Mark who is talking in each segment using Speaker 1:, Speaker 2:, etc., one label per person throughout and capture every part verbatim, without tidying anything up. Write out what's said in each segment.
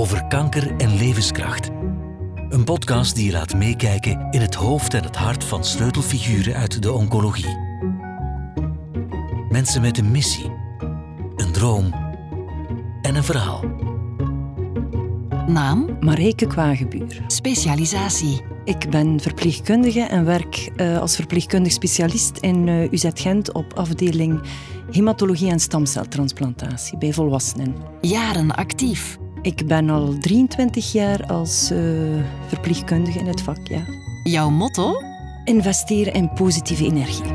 Speaker 1: over kanker en levenskracht. Een podcast die je laat meekijken in het hoofd en het hart van sleutelfiguren uit de oncologie. Mensen met een missie, een droom en een verhaal.
Speaker 2: Naam?
Speaker 3: Marijke Kwagebuur.
Speaker 2: Specialisatie?
Speaker 3: Ik ben verpleegkundige en werk uh, als verpleegkundig specialist in uh, U Z Gent op afdeling hematologie en stamceltransplantatie bij volwassenen.
Speaker 2: Jaren actief?
Speaker 3: Ik ben al drieëntwintig jaar als uh, verpleegkundige in het vak, ja.
Speaker 2: Jouw motto?
Speaker 3: Investeren in positieve energie.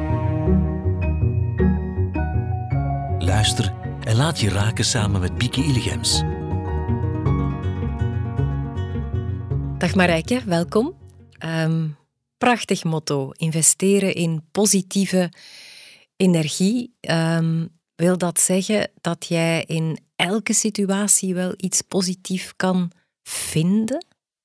Speaker 1: Luister en laat je raken samen met Bieke Illegems.
Speaker 4: Dag Marijke, welkom. Um, prachtig motto, investeren in positieve energie. Um, wil dat zeggen dat jij in elke situatie wel iets positiefs kan vinden?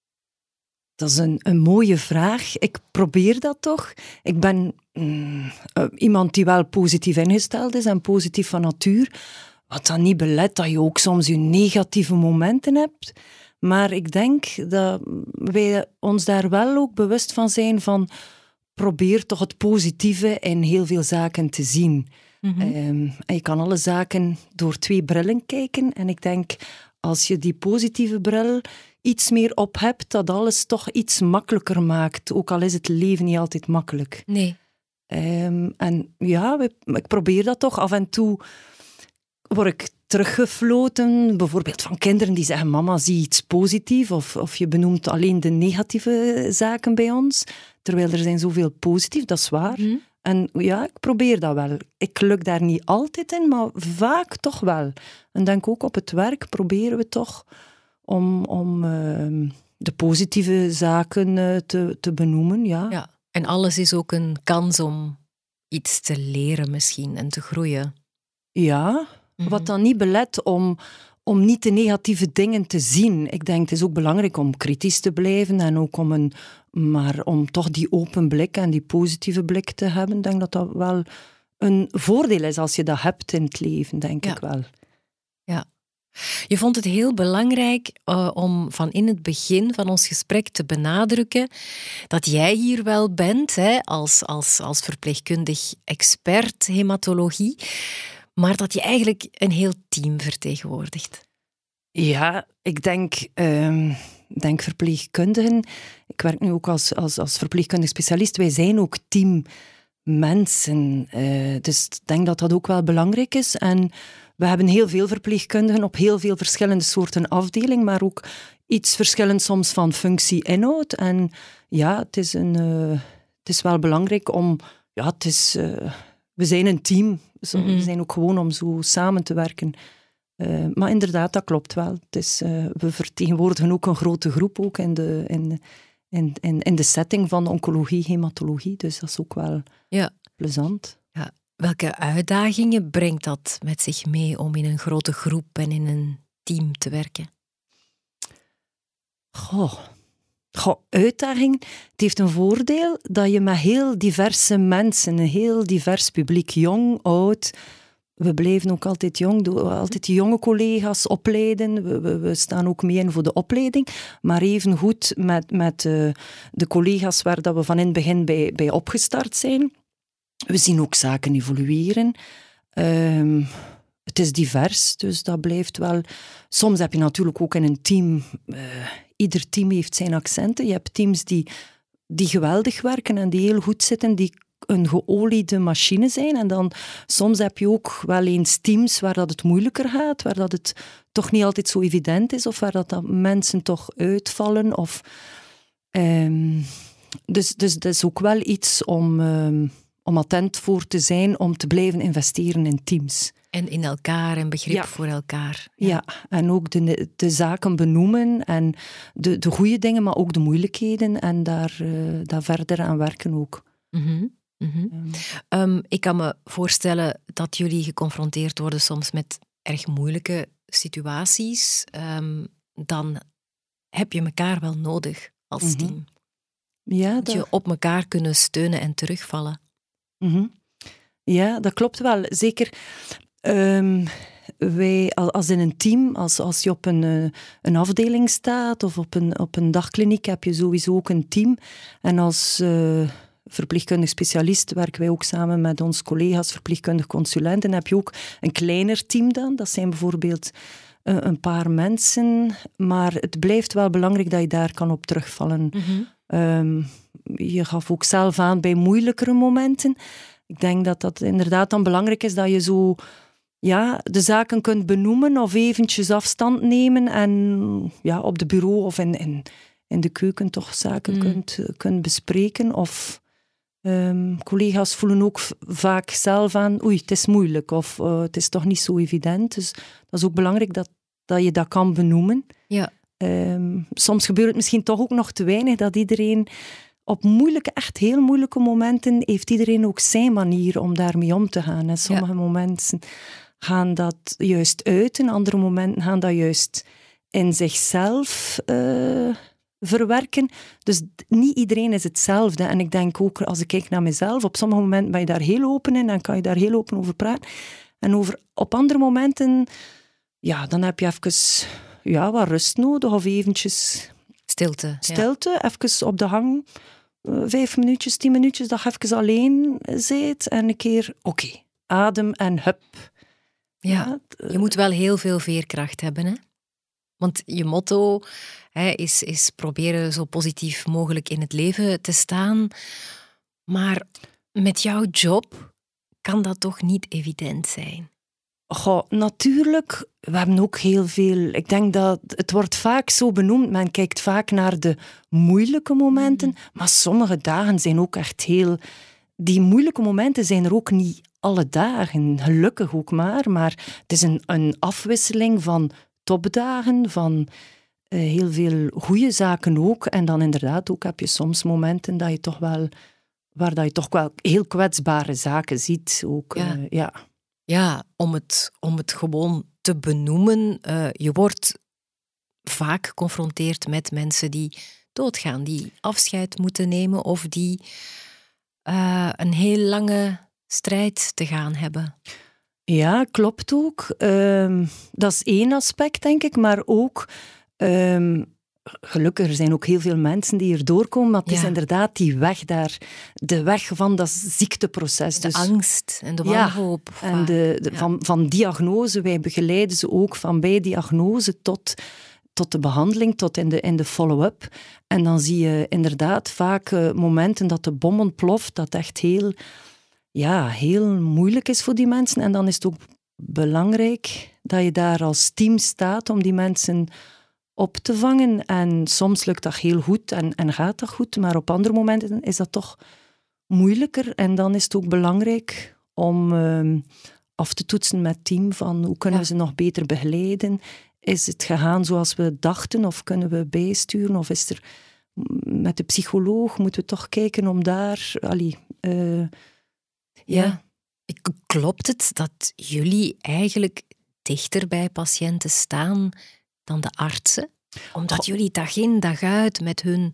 Speaker 3: Dat is een, een mooie vraag. Ik probeer dat toch. Ik ben mm, uh, iemand die wel positief ingesteld is en positief van natuur. Wat dan niet belet dat je ook soms je negatieve momenten hebt. Maar ik denk dat wij ons daar wel ook bewust van zijn van probeer toch het positieve in heel veel zaken te zien. Mm-hmm. Um, en je kan alle zaken door twee brillen kijken. En ik denk, als je die positieve bril iets meer op hebt, dat alles toch iets makkelijker maakt. Ook al is het leven niet altijd makkelijk.
Speaker 4: Nee.
Speaker 3: Um, en ja, ik probeer dat toch. Af en toe word ik teruggefloten, bijvoorbeeld van kinderen die zeggen mama, zie iets positiefs, of, of je benoemt alleen de negatieve zaken bij ons, terwijl er zijn zoveel positief, dat is waar. Mm. En ja, ik probeer dat wel. Ik luk daar niet altijd in, maar vaak toch wel. En denk ook op het werk proberen we toch om, om uh, de positieve zaken uh, te, te benoemen, ja.
Speaker 4: Ja. En alles is ook een kans om iets te leren misschien en te groeien.
Speaker 3: Ja. Wat dan niet belet om, om niet de negatieve dingen te zien. Ik denk, het is ook belangrijk om kritisch te blijven en ook om een, maar om toch die open blik en die positieve blik te hebben. Ik denk dat dat wel een voordeel is als je dat hebt in het leven, denk
Speaker 4: ja.
Speaker 3: ik wel.
Speaker 4: Ja. Je vond het heel belangrijk uh, om van in het begin van ons gesprek te benadrukken dat jij hier wel bent, hè, als, als, als verpleegkundig expert hematologie, maar dat je eigenlijk een heel team vertegenwoordigt.
Speaker 3: Ja, ik denk, uh, denk verpleegkundigen. Ik werk nu ook als, als, als verpleegkundig specialist. Wij zijn ook teammensen. Uh, dus ik denk dat dat ook wel belangrijk is. En we hebben heel veel verpleegkundigen op heel veel verschillende soorten afdelingen, maar ook iets verschillend soms van functie-inhoud. En ja, het is, een, uh, het is wel belangrijk om... Ja, het is... Uh, we zijn een team. Zo, mm-hmm. We zijn ook gewoon om zo samen te werken. Uh, maar inderdaad, dat klopt wel. Het is, uh, we vertegenwoordigen ook een grote groep ook in de, in, in, in, in de setting van oncologie, hematologie. Dus dat is ook wel ja. plezant.
Speaker 4: Ja. Welke uitdagingen brengt dat met zich mee om in een grote groep en in een team te werken?
Speaker 3: Goh... Goh, uitdaging. Het heeft een voordeel dat je met heel diverse mensen, een heel divers publiek, jong, oud. We blijven ook altijd jong, doen altijd jonge collega's opleiden. We, we, we staan ook mee in voor de opleiding. Maar even goed met, met uh, de collega's waar dat we van in het begin bij, bij opgestart zijn. We zien ook zaken evolueren. Um, het is divers, dus dat blijft wel... Soms heb je natuurlijk ook in een team... Uh, Ieder team heeft zijn accenten. Je hebt teams die, die geweldig werken en die heel goed zitten, die een geoliede machine zijn. En dan soms heb je ook wel eens teams waar dat het moeilijker gaat, waar dat het toch niet altijd zo evident is, of waar dat, dat mensen toch uitvallen. Of, um, dus, dus dat is ook wel iets om, um, om attent voor te zijn, om te blijven investeren in teams.
Speaker 4: En in elkaar en begrip ja. voor elkaar.
Speaker 3: Ja. ja, en ook de, de zaken benoemen en de, de goede dingen, maar ook de moeilijkheden en daar, uh, daar verder aan werken ook.
Speaker 4: Mm-hmm. Mm-hmm. Um. Um, ik kan me voorstellen dat jullie geconfronteerd worden soms met erg moeilijke situaties. Um, dan heb je elkaar wel nodig als mm-hmm. team.
Speaker 3: Ja,
Speaker 4: dat, dat je op elkaar kunnen steunen en terugvallen.
Speaker 3: Mm-hmm. Ja, dat klopt wel. Zeker... Um, wij, als in een team, als, als je op een, een afdeling staat of op een, op een dagkliniek, heb je sowieso ook een team. En als uh, verpleegkundig specialist werken wij ook samen met onze collega's, verpleegkundig consulenten. Dan heb je ook een kleiner team dan. Dat zijn bijvoorbeeld uh, een paar mensen. Maar het blijft wel belangrijk dat je daar kan op terugvallen. Mm-hmm. Um, je gaf ook zelf aan bij moeilijkere momenten. Ik denk dat dat inderdaad dan belangrijk is dat je zo ja, de zaken kunt benoemen of eventjes afstand nemen en ja, op de bureau of in, in, in de keuken toch zaken mm. kunt, kunt bespreken. Of um, collega's voelen ook v- vaak zelf aan, oei, het is moeilijk of uh, het is toch niet zo evident. Dus dat is ook belangrijk dat, dat je dat kan benoemen.
Speaker 4: Ja.
Speaker 3: Um, soms gebeurt het misschien toch ook nog te weinig dat iedereen op moeilijke, echt heel moeilijke momenten heeft iedereen ook zijn manier om daarmee om te gaan. En sommige ja. momenten gaan dat juist uiten, andere momenten gaan dat juist in zichzelf uh, verwerken. Dus niet iedereen is hetzelfde. En ik denk ook, als ik kijk naar mezelf, op sommige momenten ben je daar heel open in en kan je daar heel open over praten. En over, op andere momenten, ja, dan heb je even ja, wat rust nodig of eventjes
Speaker 4: stilte.
Speaker 3: Stilte, ja. Even op de hang. Uh, vijf minuutjes, tien minuutjes, dat je even alleen zit en een keer, oké, okay, adem en hup.
Speaker 4: Ja, ja t- je moet wel heel veel veerkracht hebben, hè? Want je motto hè, is, is proberen zo positief mogelijk in het leven te staan. Maar met jouw job kan dat toch niet evident zijn?
Speaker 3: Goh, natuurlijk, we hebben ook heel veel... Ik denk dat het wordt vaak zo benoemd, men kijkt vaak naar de moeilijke momenten, mm. maar sommige dagen zijn ook echt heel... Die moeilijke momenten zijn er ook niet alle dagen, gelukkig ook maar, maar het is een, een afwisseling van topdagen, van uh, heel veel goede zaken ook, en dan inderdaad ook heb je soms momenten dat je toch wel, waar dat je toch wel heel kwetsbare zaken ziet. Ook,
Speaker 4: ja.
Speaker 3: Uh, ja.
Speaker 4: Ja, om het, om het gewoon te benoemen. Uh, je wordt vaak geconfronteerd met mensen die doodgaan, die afscheid moeten nemen of die uh, een heel lange strijd te gaan hebben.
Speaker 3: Ja, klopt ook. Um, dat is één aspect, denk ik, maar ook... Um, Gelukkig, er zijn ook heel veel mensen die er doorkomen, maar het ja. is inderdaad die weg daar, de weg van dat ziekteproces.
Speaker 4: De
Speaker 3: dus,
Speaker 4: angst en de wanhoop.
Speaker 3: Ja, en de, de, ja. van, van diagnose, wij begeleiden ze ook van bij diagnose tot, tot de behandeling, tot in de, in de follow-up. En dan zie je inderdaad vaak uh, momenten dat de bom ontploft, dat echt heel, ja, heel moeilijk is voor die mensen. En dan is het ook belangrijk dat je daar als team staat om die mensen op te vangen. En soms lukt dat heel goed en, en gaat dat goed, maar op andere momenten is dat toch moeilijker. En dan is het ook belangrijk om uh, af te toetsen met het team van hoe kunnen ja. we ze nog beter begeleiden. Is het gegaan zoals we dachten of kunnen we bijsturen? Of is er met de psycholoog, moeten we toch kijken om daar... Allee, uh,
Speaker 4: ja. ja. Klopt het dat jullie eigenlijk dichter bij patiënten staan dan de artsen? Omdat Goh. jullie dag in, dag uit met hun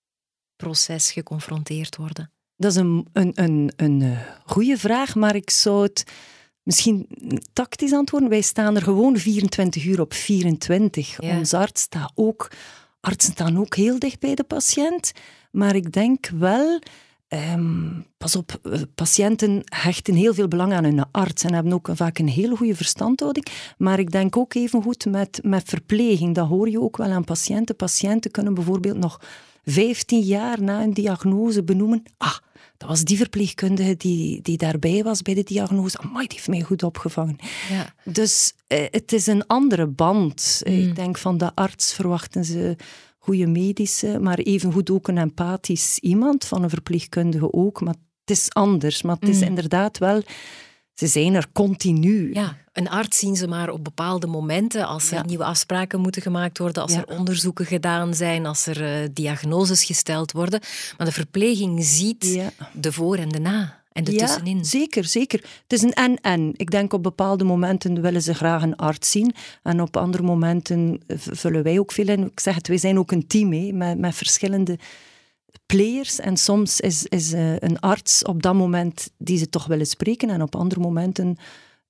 Speaker 4: proces geconfronteerd worden.
Speaker 3: Dat is een, een, een, een goede vraag, maar ik zou het misschien tactisch antwoorden. Wij staan er gewoon vierentwintig uur op vierentwintig. Ja. Ons arts staat ook, artsen staan ook heel dicht bij de patiënt. Maar ik denk wel... Um, pas op, patiënten hechten heel veel belang aan hun arts en hebben ook vaak een hele goede verstandhouding. Maar ik denk ook even goed met, met verpleging. Dat hoor je ook wel aan patiënten. Patiënten kunnen bijvoorbeeld nog vijftien jaar na een diagnose benoemen. Ah, dat was die verpleegkundige die, die daarbij was bij de diagnose. Amai, die heeft mij goed opgevangen. Ja. Dus uh, het is een andere band. Mm. Ik denk van de arts verwachten ze... goede medische, maar evengoed ook een empathisch iemand, van een verpleegkundige ook. Maar het is anders. Maar het is mm. inderdaad wel... Ze zijn er continu.
Speaker 4: Ja, een arts zien ze maar op bepaalde momenten, als er ja. nieuwe afspraken moeten gemaakt worden, als ja. er onderzoeken gedaan zijn, als er uh, diagnoses gesteld worden. Maar de verpleging ziet ja. de voor en de na. En de
Speaker 3: ja,
Speaker 4: tussenin.
Speaker 3: Zeker, zeker. Het is een en-en. Ik denk op bepaalde momenten willen ze graag een arts zien. En op andere momenten vullen wij ook veel in. Ik zeg het, wij zijn ook een team he, met, met verschillende players. En soms is, is uh, een arts op dat moment die ze toch willen spreken. En op andere momenten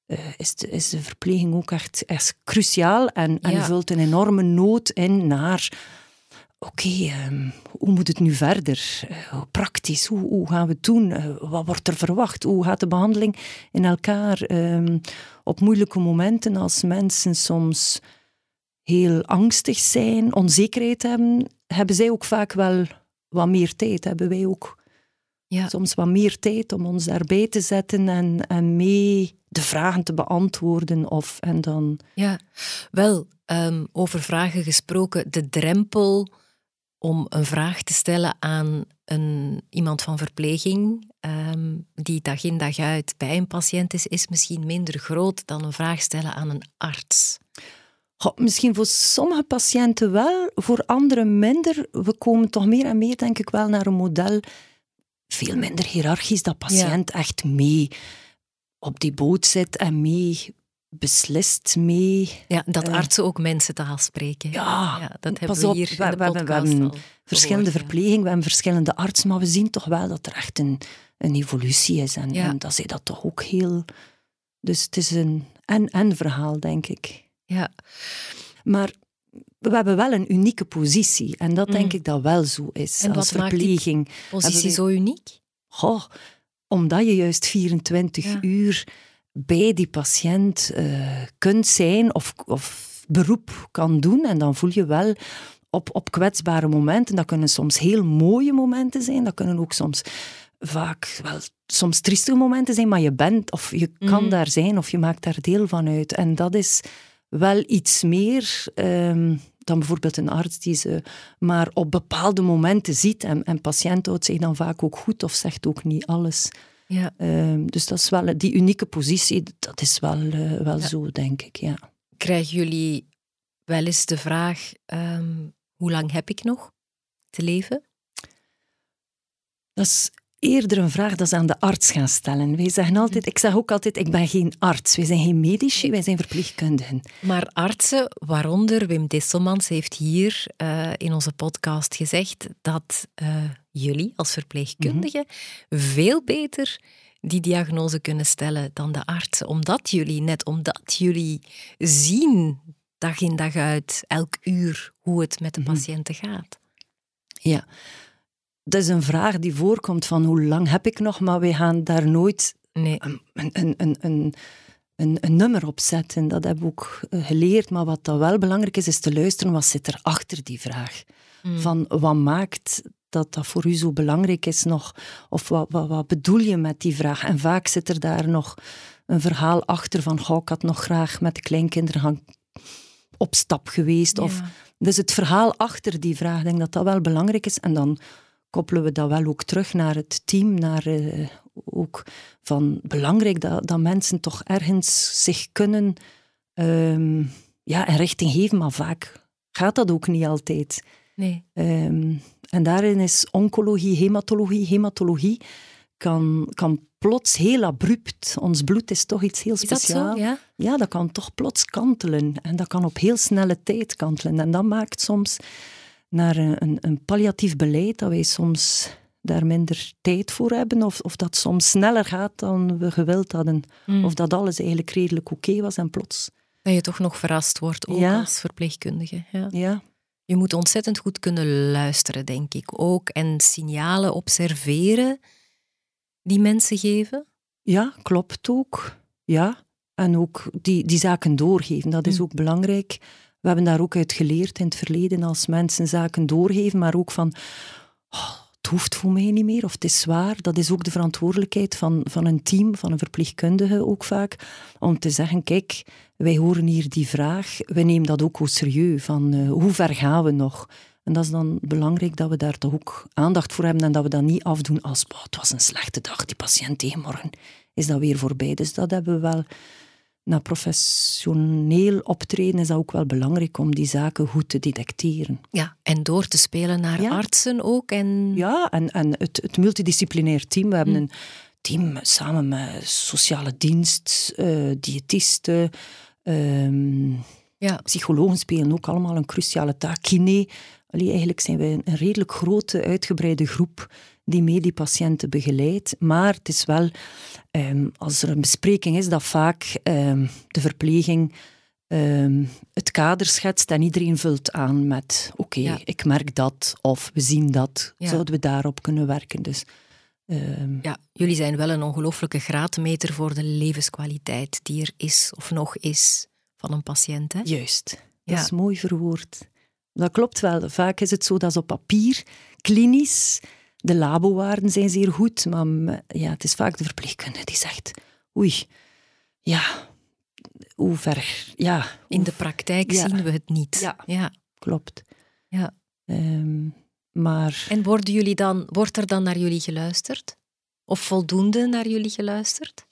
Speaker 3: uh, is, de, is de verpleging ook echt, echt cruciaal en,
Speaker 4: Ja.
Speaker 3: en vult een enorme nood in naar... Oké, okay, um, hoe moet het nu verder? Uh, praktisch, hoe, hoe gaan we het doen? Uh, wat wordt er verwacht? Hoe gaat de behandeling in elkaar? Um, op moeilijke momenten, als mensen soms heel angstig zijn, onzekerheid hebben, hebben zij ook vaak wel wat meer tijd. Hebben wij ook ja. soms wat meer tijd om ons daarbij te zetten en, en mee de vragen te beantwoorden. Of, en dan...
Speaker 4: Ja, wel, um, over vragen gesproken, de drempel om een vraag te stellen aan een, iemand van verpleging um, die dag in dag uit bij een patiënt is, is misschien minder groot dan een vraag stellen aan een arts.
Speaker 3: Goh, misschien voor sommige patiënten wel, voor anderen minder. We komen toch meer en meer, denk ik, wel naar een model veel minder hiërarchisch, dat patiënt ja. echt mee op die boot zit en mee beslist, mee...
Speaker 4: Ja, dat uh, artsen ook mensentaal spreken.
Speaker 3: Ja,
Speaker 4: ja dat hebben we hier
Speaker 3: we,
Speaker 4: in de
Speaker 3: we,
Speaker 4: podcast
Speaker 3: we hebben
Speaker 4: al
Speaker 3: verschillende
Speaker 4: gehoord,
Speaker 3: verplegingen, ja. we hebben verschillende artsen, maar we zien toch wel dat er echt een, een evolutie is. En,
Speaker 4: ja.
Speaker 3: en dat is dat toch ook heel... Dus het is een en-en verhaal, denk ik.
Speaker 4: Ja.
Speaker 3: Maar we hebben wel een unieke positie. En dat mm. denk ik dat wel zo is.
Speaker 4: En
Speaker 3: als
Speaker 4: wat
Speaker 3: verpleging.
Speaker 4: maakt die positie we... zo uniek?
Speaker 3: Goh, omdat je juist vierentwintig ja. uur bij die patiënt uh, kunt zijn of, of beroep kan doen. En dan voel je wel op, op kwetsbare momenten. Dat kunnen soms heel mooie momenten zijn. Dat kunnen ook soms vaak wel soms triestige momenten zijn. Maar je bent of je kan mm. daar zijn of je maakt daar deel van uit. En dat is wel iets meer um, dan bijvoorbeeld een arts die ze maar op bepaalde momenten ziet. En, en patiënt houdt zich dan vaak ook goed of zegt ook niet alles.
Speaker 4: Ja.
Speaker 3: Um, dus dat is wel, die unieke positie, dat is wel, uh, wel ja. zo, denk ik. Ja.
Speaker 4: Krijgen jullie wel eens de vraag, um, hoe lang heb ik nog te leven?
Speaker 3: Dat is eerder een vraag dat ze aan de arts gaan stellen. Wij zeggen altijd, ik zeg ook altijd, ik ben geen arts. Wij zijn geen medici, wij zijn verpleegkundigen.
Speaker 4: Maar artsen, waaronder Wim Disselmans, heeft hier uh, in onze podcast gezegd dat uh, jullie als verpleegkundigen mm-hmm. veel beter die diagnose kunnen stellen dan de artsen. Omdat jullie, net omdat jullie zien dag in dag uit, elk uur, hoe het met de mm-hmm. patiënten gaat.
Speaker 3: Ja. Dat is een vraag die voorkomt van hoe lang heb ik nog, maar wij gaan daar nooit
Speaker 4: nee.
Speaker 3: een, een, een, een, een, een nummer op zetten. Dat hebben we ook geleerd, maar wat dan wel belangrijk is, is te luisteren, wat zit er achter die vraag? Mm. Van wat maakt dat dat voor u zo belangrijk is nog? Of wat, wat, wat bedoel je met die vraag? En vaak zit er daar nog een verhaal achter van, goh, ik had nog graag met de kleinkinderen gaan op stap geweest.
Speaker 4: Ja.
Speaker 3: Of, dus het verhaal achter die vraag, ik denk dat dat wel belangrijk is. En dan koppelen we dat wel ook terug naar het team, naar uh, ook van belangrijk dat, dat mensen toch ergens zich kunnen um, ja, een richting geven, maar vaak gaat dat ook niet altijd.
Speaker 4: Nee.
Speaker 3: Um, en daarin is oncologie, hematologie, hematologie kan, kan plots heel abrupt, ons bloed is toch iets heel speciaal.
Speaker 4: Is dat zo? Ja?
Speaker 3: Ja, dat kan toch plots kantelen en dat kan op heel snelle tijd kantelen en dat maakt soms naar een, een palliatief beleid, dat wij soms daar minder tijd voor hebben, of, of dat soms sneller gaat dan we gewild hadden. Mm. Of dat alles eigenlijk redelijk oké okay was en plots...
Speaker 4: Dat je toch nog verrast wordt, ook ja. als verpleegkundige. Ja.
Speaker 3: Ja.
Speaker 4: Je moet ontzettend goed kunnen luisteren, denk ik ook, en signalen observeren die mensen geven.
Speaker 3: Ja, klopt ook. Ja. En ook die, die zaken doorgeven, dat is mm. ook belangrijk. We hebben daar ook uit geleerd in het verleden, als mensen zaken doorgeven, maar ook van, oh, het hoeft voor mij niet meer, of het is zwaar. Dat is ook de verantwoordelijkheid van, van een team, van een verpleegkundige ook vaak, om te zeggen, kijk, wij horen hier die vraag, wij nemen dat ook serieus, van uh, hoe ver gaan we nog? En dat is dan belangrijk dat we daar toch ook aandacht voor hebben en dat we dat niet afdoen als, oh, het was een slechte dag, die patiënt tegen morgen is dat weer voorbij. Dus dat hebben we wel... Na professioneel optreden is dat ook wel belangrijk om die zaken goed te detecteren.
Speaker 4: Ja, en door te spelen naar ja. artsen ook. En...
Speaker 3: Ja, en, en het, het multidisciplinair team. We hebben mm. een team samen met sociale dienst, uh, diëtisten, um, ja. psychologen spelen ook allemaal een cruciale taak. Kiné. Allee, eigenlijk zijn wij een redelijk grote, uitgebreide groep die mee die patiënten begeleidt. Maar het is wel, um, als er een bespreking is, dat vaak um, de verpleging um, het kader schetst en iedereen vult aan met oké, okay, ja. ik merk dat of we zien dat. Ja. Zouden we daarop kunnen werken? Dus, um,
Speaker 4: ja, jullie zijn wel een ongelooflijke graadmeter voor de levenskwaliteit die er is of nog is van een patiënt. Hè?
Speaker 3: Juist, dat ja. is mooi verwoord. Dat klopt wel. Vaak is het zo dat ze op papier, klinisch, de labowaarden zijn zeer goed, maar ja, het is vaak de verpleegkundige die zegt, oei, ja, hoe ver, ja. Hoe,
Speaker 4: in de praktijk ja. zien we het niet.
Speaker 3: Ja,
Speaker 4: ja.
Speaker 3: klopt.
Speaker 4: Ja.
Speaker 3: Um, maar...
Speaker 4: En worden jullie dan, wordt er dan naar jullie geluisterd? Of voldoende naar jullie geluisterd?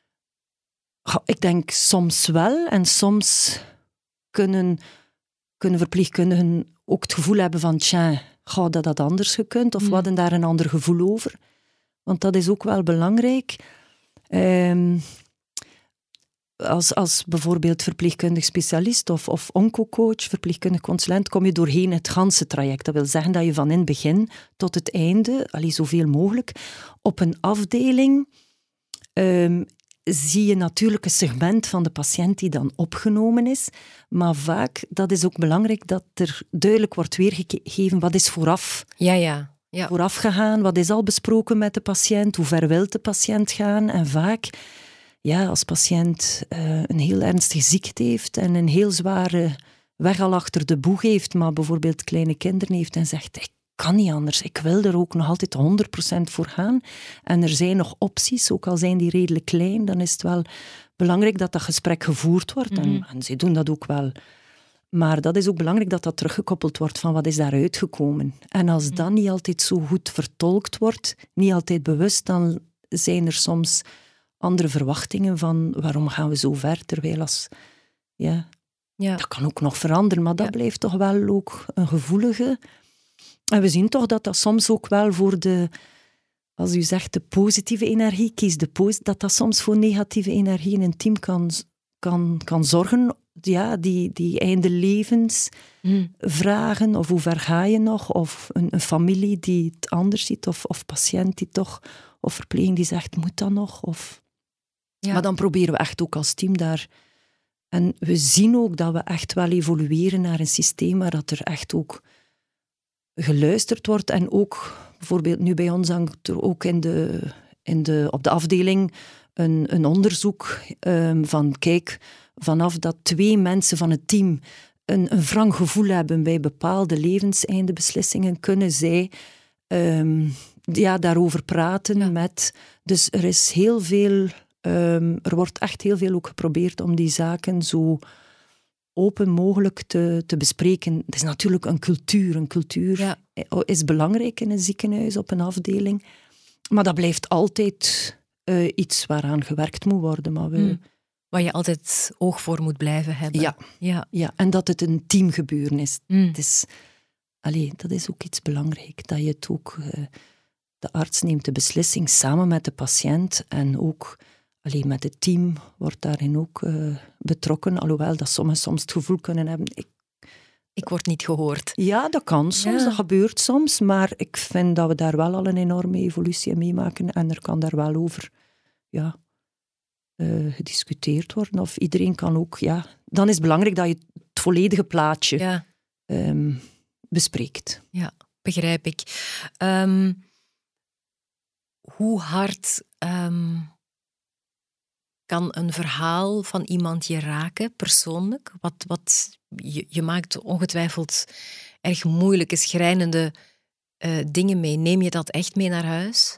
Speaker 3: Goh, ik denk soms wel en soms kunnen... kunnen verpleegkundigen ook het gevoel hebben van tja, had dat dat anders gekund? Of mm. we hadden daar een ander gevoel over? Want dat is ook wel belangrijk. Um, als, als bijvoorbeeld verpleegkundig specialist of, of oncocoach, verpleegkundig consulent, kom je doorheen het ganse traject. Dat wil zeggen dat je van in het begin tot het einde, allee, zoveel mogelijk, op een afdeling... Um, zie je natuurlijk een segment van de patiënt die dan opgenomen is. Maar vaak, dat is ook belangrijk, dat er duidelijk wordt weergegeven wat is vooraf.
Speaker 4: Ja, ja. ja.
Speaker 3: Vooraf gegaan, wat is al besproken met de patiënt, hoe ver wil de patiënt gaan. En vaak, ja, als patiënt uh, een heel ernstige ziekte heeft en een heel zware weg al achter de boeg heeft, maar bijvoorbeeld kleine kinderen heeft en zegt, ik kan niet anders, ik wil er ook nog altijd honderd procent voor gaan. En er zijn nog opties, ook al zijn die redelijk klein, dan is het wel belangrijk dat dat gesprek gevoerd wordt. Mm-hmm. En, en ze doen dat ook wel. Maar dat is ook belangrijk dat dat teruggekoppeld wordt van wat is daaruit gekomen. En als mm-hmm. dat niet altijd zo goed vertolkt wordt, niet altijd bewust, dan zijn er soms andere verwachtingen van waarom gaan we zo ver, terwijl als... Ja, ja. dat kan ook nog veranderen, maar dat ja. blijft toch wel ook een gevoelige... En we zien toch dat dat soms ook wel voor de, als u zegt, de positieve energie, kies de pos- dat dat soms voor negatieve energie in een team kan, kan, kan zorgen. Ja, die, die einde levens mm. vragen, of hoe ver ga je nog, of een, een familie die het anders ziet, of, of patiënt die toch, of verpleging die zegt, moet dat nog? Of... Ja. Maar dan proberen we echt ook als team daar... En we zien ook dat we echt wel evolueren naar een systeem waar dat er echt ook... geluisterd wordt en ook, bijvoorbeeld nu bij ons hangt er ook in de, in de, op de afdeling een, een onderzoek um, van kijk, vanaf dat twee mensen van het team een, een wrang gevoel hebben bij bepaalde levenseinde-beslissingen, kunnen zij um, ja, daarover praten ja. met... Dus er is heel veel... Um, er wordt echt heel veel ook geprobeerd om die zaken zo... open mogelijk te, te bespreken. Het is natuurlijk een cultuur. Een cultuur ja. is belangrijk in een ziekenhuis, op een afdeling. Maar dat blijft altijd uh, iets waaraan gewerkt moet worden. Maar we... hmm.
Speaker 4: Waar je altijd oog voor moet blijven hebben.
Speaker 3: Ja, ja. ja. En dat het een teamgebeuren is. Hmm. Het is allee, dat is ook iets belangrijk. Dat je het ook... Uh, de arts neemt de beslissing samen met de patiënt en ook... Alleen met het team wordt daarin ook uh, betrokken, alhoewel dat sommigen soms het gevoel kunnen hebben... Ik,
Speaker 4: ik word niet gehoord.
Speaker 3: Ja, dat kan soms, ja. dat gebeurt soms, maar ik vind dat we daar wel al een enorme evolutie in meemaken en er kan daar wel over ja, uh, gediscuteerd worden. Of iedereen kan ook... Ja, dan is het belangrijk dat je het volledige plaatje ja. um, bespreekt.
Speaker 4: Ja, begrijp ik. Um, hoe hard... Um... kan een verhaal van iemand je raken, persoonlijk? Wat, wat, je, je maakt ongetwijfeld erg moeilijke, schrijnende uh, dingen mee. Neem je dat echt mee naar huis?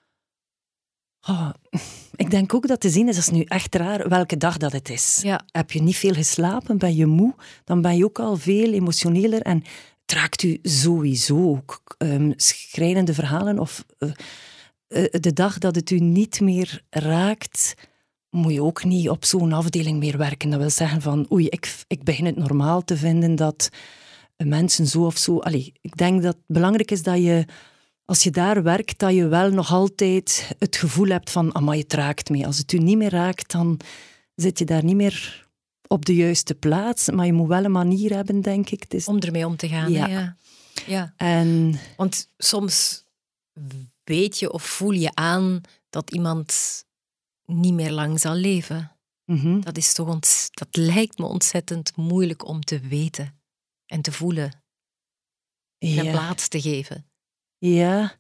Speaker 3: Oh, ik denk ook dat te zien is, dat is nu echt raar, welke dag dat het is. Ja. Heb je niet veel geslapen, ben je moe, dan ben je ook al veel emotioneler en het raakt u sowieso ook. Um, schrijnende verhalen of uh, uh, de dag dat het u niet meer raakt... moet je ook niet op zo'n afdeling meer werken. Dat wil zeggen van, oei, ik, ik begin het normaal te vinden dat mensen zo of zo... Allee, ik denk dat het belangrijk is dat je, als je daar werkt, dat je wel nog altijd het gevoel hebt van, amai, het raakt me. Als het u niet meer raakt, dan zit je daar niet meer op de juiste plaats. Maar je moet wel een manier hebben, denk ik. Dus...
Speaker 4: Om ermee om te gaan,
Speaker 3: ja.
Speaker 4: ja. ja.
Speaker 3: En...
Speaker 4: Want soms... weet je of voel je aan dat iemand niet meer lang zal leven.
Speaker 3: Mhm.
Speaker 4: Dat is toch ont- dat lijkt me ontzettend moeilijk om te weten en te voelen en
Speaker 3: Ja.
Speaker 4: plaats te geven.
Speaker 3: Ja.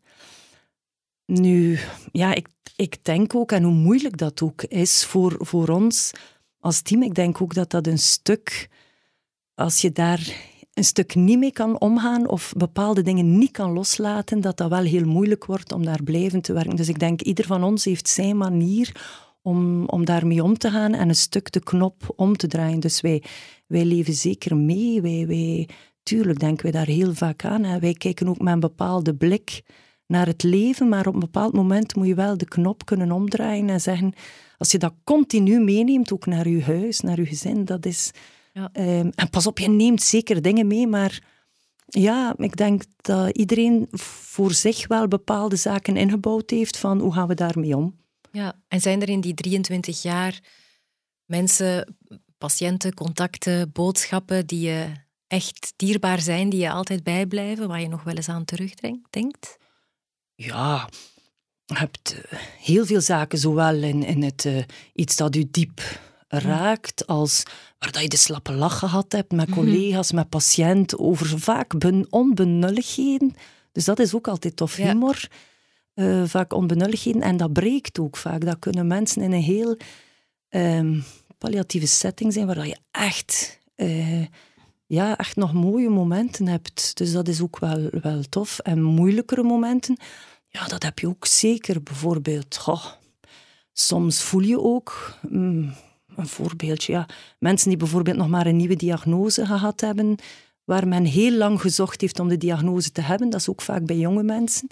Speaker 3: Nu, ja, ik, ik denk ook, en hoe moeilijk dat ook is voor, voor ons als team, ik denk ook dat dat een stuk, als je daar een stuk niet mee kan omgaan of bepaalde dingen niet kan loslaten, dat dat wel heel moeilijk wordt om daar blijvend te werken. Dus ik denk, ieder van ons heeft zijn manier om, om daarmee om te gaan en een stuk de knop om te draaien. Dus wij, wij leven zeker mee. Wij, wij, tuurlijk denken wij daar heel vaak aan. Hè. Wij kijken ook met een bepaalde blik naar het leven, maar op een bepaald moment moet je wel de knop kunnen omdraaien en zeggen, als je dat continu meeneemt, ook naar je huis, naar je gezin, dat is...
Speaker 4: Ja.
Speaker 3: Um, en pas op, je neemt zeker dingen mee, maar ja, ik denk dat iedereen voor zich wel bepaalde zaken ingebouwd heeft van hoe gaan we daarmee om.
Speaker 4: Ja. En zijn er in die drieëntwintig jaar mensen, patiënten, contacten, boodschappen die je echt dierbaar zijn, die je altijd bijblijven, waar je nog wel eens aan terugdenkt?
Speaker 3: Ja, je hebt uh, heel veel zaken, zowel in, in het uh, iets dat u diep raakt, als waar dat je de slappe lach gehad hebt met collega's, met patiënten, over vaak ben- onbenulligheden. Dus dat is ook altijd tof,
Speaker 4: Ja.
Speaker 3: humor. Uh, vaak onbenulligheden. En dat breekt ook vaak. Dat kunnen mensen in een heel um, palliatieve setting zijn, waar dat je echt, uh, ja, echt nog mooie momenten hebt. Dus dat is ook wel, wel tof. En moeilijkere momenten, ja, dat heb je ook zeker. Bijvoorbeeld, goh, soms voel je ook... Mm, een voorbeeldje, ja. Mensen die bijvoorbeeld nog maar een nieuwe diagnose gehad hebben, waar men heel lang gezocht heeft om de diagnose te hebben, dat is ook vaak bij jonge mensen.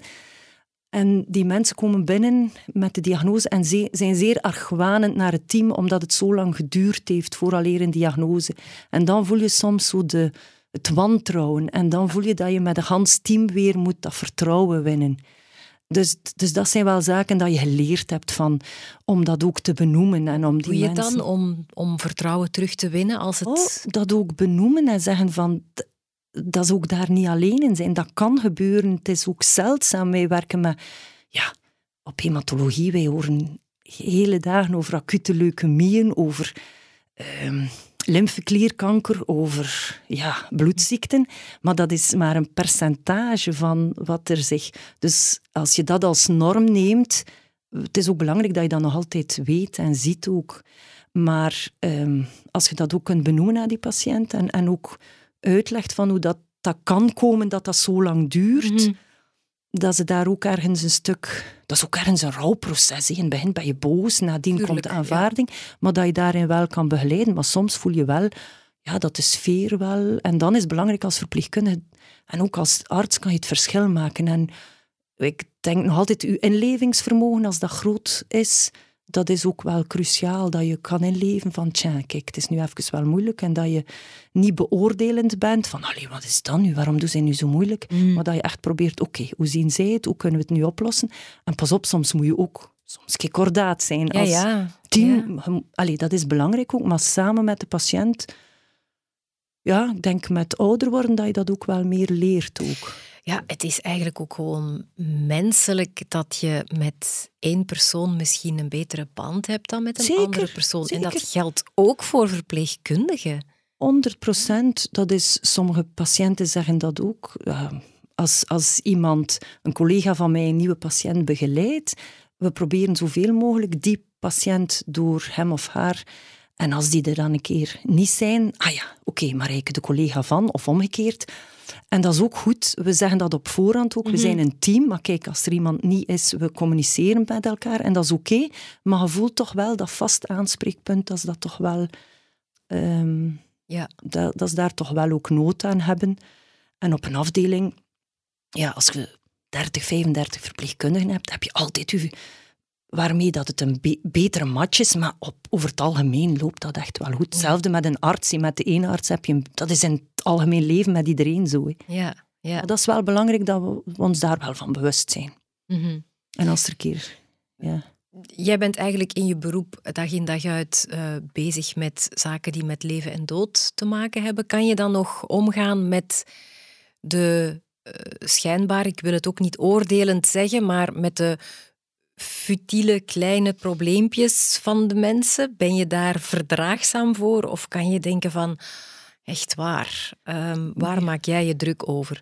Speaker 3: En die mensen komen binnen met de diagnose en ze- zijn zeer argwanend naar het team, omdat het zo lang geduurd heeft vooraleer een diagnose. En dan voel je soms zo de, het wantrouwen. En dan voel je dat je met een gans team weer moet dat vertrouwen winnen. Dus, dus dat zijn wel zaken dat je geleerd hebt van, om dat ook te benoemen. En om die
Speaker 4: Doe je het
Speaker 3: mensen...
Speaker 4: dan om, om vertrouwen terug te winnen als het...
Speaker 3: Oh, dat ook benoemen en zeggen van, d- dat ze ook daar niet alleen in zijn. Dat kan gebeuren. Het is ook zeldzaam. Wij werken met, ja, op hematologie. Wij horen hele dagen over acute leukemieën, over um, lymfeklierkanker, over ja, bloedziekten. Maar dat is maar een percentage van wat er zich... Dus als je dat als norm neemt, het is ook belangrijk dat je dat nog altijd weet en ziet ook. Maar um, als je dat ook kunt benoemen aan die patiënt en, en ook uitlegt van hoe dat, dat kan komen dat dat zo lang duurt,
Speaker 4: Mm-hmm.
Speaker 3: dat ze daar ook ergens een stuk... Dat is ook ergens een rouwproces. Hè. In het begin ben je boos, nadien
Speaker 4: Tuurlijk,
Speaker 3: komt de aanvaarding, ja. Maar dat je daarin wel kan begeleiden. Maar soms voel je wel, ja, dat de sfeer wel... En dan is het belangrijk als verpleegkundige, en ook als arts kan je het verschil maken. En ik denk nog altijd, je inlevingsvermogen, als dat groot is, dat is ook wel cruciaal, dat je kan inleven van, tja, kijk, het is nu even wel moeilijk, en dat je niet beoordelend bent van, allee, wat is dat nu, waarom doen zij nu zo moeilijk? Mm. Maar dat je echt probeert, oké, okay, hoe zien zij het, hoe kunnen we het nu oplossen? En pas op, soms moet je ook soms kordaat zijn
Speaker 4: ja,
Speaker 3: als
Speaker 4: ja.
Speaker 3: team.
Speaker 4: Ja.
Speaker 3: Allee, dat is belangrijk ook, maar samen met de patiënt, ja, ik denk met ouder worden dat je dat ook wel meer leert ook.
Speaker 4: Ja, het is eigenlijk ook gewoon menselijk dat je met één persoon misschien een betere band hebt dan met een
Speaker 3: zeker,
Speaker 4: andere persoon.
Speaker 3: Zeker.
Speaker 4: En dat geldt ook voor verpleegkundigen.
Speaker 3: honderd procent, dat is, sommige patiënten zeggen dat ook. Uh, als, als iemand, een collega van mij, een nieuwe patiënt begeleidt, we proberen zoveel mogelijk die patiënt door hem of haar... En als die er dan een keer niet zijn, ah ja, oké, okay, maar ik de collega van, of omgekeerd. En dat is ook goed. We zeggen dat op voorhand ook. Mm-hmm. We zijn een team, maar kijk, als er iemand niet is, we communiceren met elkaar. En dat is oké, okay, maar je voelt toch wel dat vast aanspreekpunt, dat ze dat toch wel... Um, ja. dat, dat ze daar toch wel ook nood aan hebben. En op een afdeling, ja, als je dertig, vijfendertig verpleegkundigen hebt, heb je altijd je... waarmee dat het een be- betere match is, maar op, over het algemeen loopt dat echt wel goed. Hetzelfde met een arts. Met de ene arts heb je... Een, dat is in het algemeen leven met iedereen zo. Hè.
Speaker 4: Ja, ja.
Speaker 3: Maar dat is wel belangrijk dat we ons daar wel van bewust zijn.
Speaker 4: Mm-hmm.
Speaker 3: En als er een keer... Ja.
Speaker 4: Jij bent eigenlijk in je beroep dag in dag uit uh, bezig met zaken die met leven en dood te maken hebben. Kan je dan nog omgaan met de uh, schijnbaar, ik wil het ook niet oordelend zeggen, maar met de futiele kleine probleempjes van de mensen, ben je daar verdraagzaam voor? Of kan je denken van, echt waar, um, waar nee. maak jij je druk over?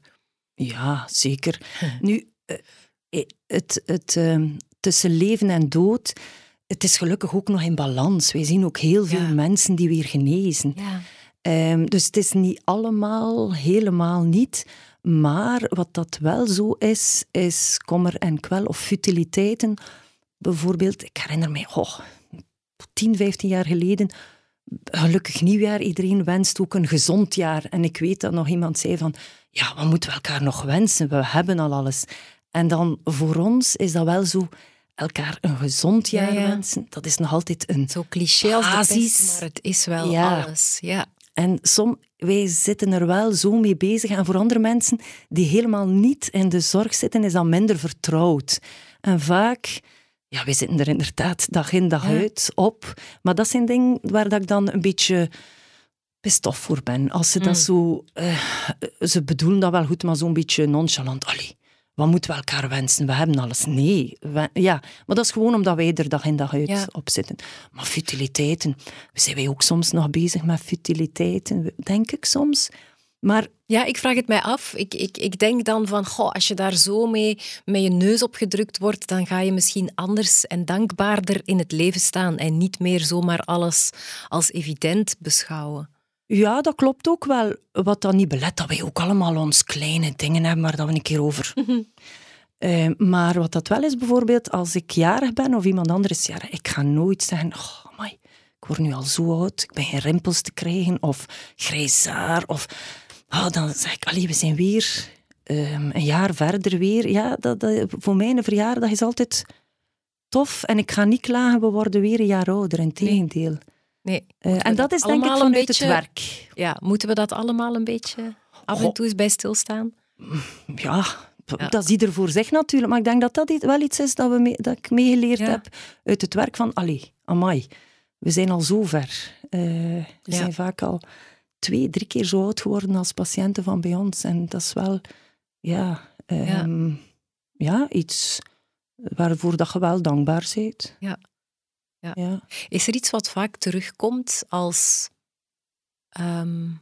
Speaker 3: Ja, zeker. Nu, uh, het, het uh, tussen leven en dood, het is gelukkig ook nog in balans. Wij zien ook heel veel ja. mensen die weer genezen.
Speaker 4: Ja.
Speaker 3: Um, dus het is niet allemaal, helemaal niet. Maar wat dat wel zo is, is kommer en kwel of futiliteiten. Bijvoorbeeld, ik herinner mij, oh, tien, vijftien jaar geleden, gelukkig nieuwjaar, iedereen wenst ook een gezond jaar. En ik weet dat nog iemand zei van, ja, wat moeten we elkaar nog wensen? We hebben al alles. En dan voor ons is dat wel zo, elkaar een gezond jaar ja, ja. wensen. Dat is nog altijd een
Speaker 4: zo cliché als de pest, maar het is wel
Speaker 3: ja.
Speaker 4: alles. Ja.
Speaker 3: En som, wij zitten er wel zo mee bezig. En voor andere mensen die helemaal niet in de zorg zitten, is dat minder vertrouwd. En vaak, ja, wij zitten er inderdaad dag in dag ja. uit op. Maar dat zijn dingen waar dat ik dan een beetje pist off voor ben. Als ze mm. dat zo... Uh, ze bedoelen dat wel goed, maar zo'n beetje nonchalant. Allee, wat moeten we elkaar wensen? We hebben alles. Nee. We, ja, maar dat is gewoon omdat wij er dag in dag uit ja. op zitten. Maar futiliteiten... Zijn wij ook soms nog bezig met futiliteiten? Denk ik soms. Maar...
Speaker 4: Ja, ik vraag het mij af. Ik, ik, ik denk dan van, goh, als je daar zo mee met je neus op gedrukt wordt, dan ga je misschien anders en dankbaarder in het leven staan en niet meer zomaar alles als evident beschouwen.
Speaker 3: Ja, dat klopt ook wel. Wat dan niet belet dat wij ook allemaal ons kleine dingen hebben waar dat we een keer over... Mm-hmm. Uh, maar wat dat wel is, bijvoorbeeld, als ik jarig ben of iemand anders is jarig, ik ga nooit zeggen, oh, amai, ik word nu al zo oud, ik ben geen rimpels te krijgen, of grijs haar, of... Oh, dan zeg ik, allee, we zijn weer um, een jaar verder weer. Ja, dat, dat, voor mij een verjaardag is altijd tof. En ik ga niet klagen, we worden weer een jaar ouder. Integendeel.
Speaker 4: Nee.
Speaker 3: Uh, en dat is denk ik vanuit beetje, het werk.
Speaker 4: Ja, moeten we dat allemaal een beetje af en toe eens bij stilstaan?
Speaker 3: Ja, ja, dat is ieder voor zich natuurlijk. Maar ik denk dat dat wel iets is dat, we mee, dat ik meegeleerd ja. heb uit het werk van, allee, amai, we zijn al zo ver. Uh, we ja. zijn vaak al... twee, drie keer zo oud geworden als patiënten van bij ons. En dat is wel ja, um, ja. ja, iets waarvoor dat je wel dankbaar bent.
Speaker 4: Ja. Ja.
Speaker 3: Ja.
Speaker 4: Is er iets wat vaak terugkomt als, um,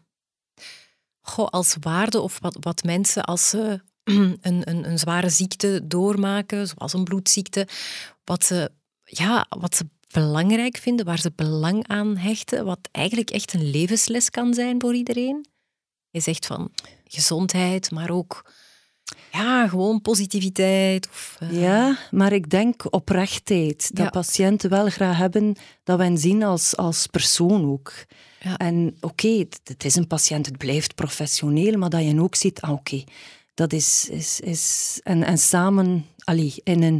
Speaker 4: goh, als waarde of wat, wat mensen als ze een, een, een zware ziekte doormaken, zoals een bloedziekte, wat ze, ja, wat ze belangrijk vinden, waar ze belang aan hechten, wat eigenlijk echt een levensles kan zijn voor iedereen? Je zegt van gezondheid, maar ook ja, gewoon positiviteit. Of, uh...
Speaker 3: Ja, maar ik denk oprechtheid. Dat ja. patiënten wel graag hebben dat we hen zien als, als persoon ook. Ja. En oké, okay, het, het is een patiënt, het blijft professioneel, maar dat je ook ziet, ah oké, okay, dat is... is, is en, en samen, allee, in een...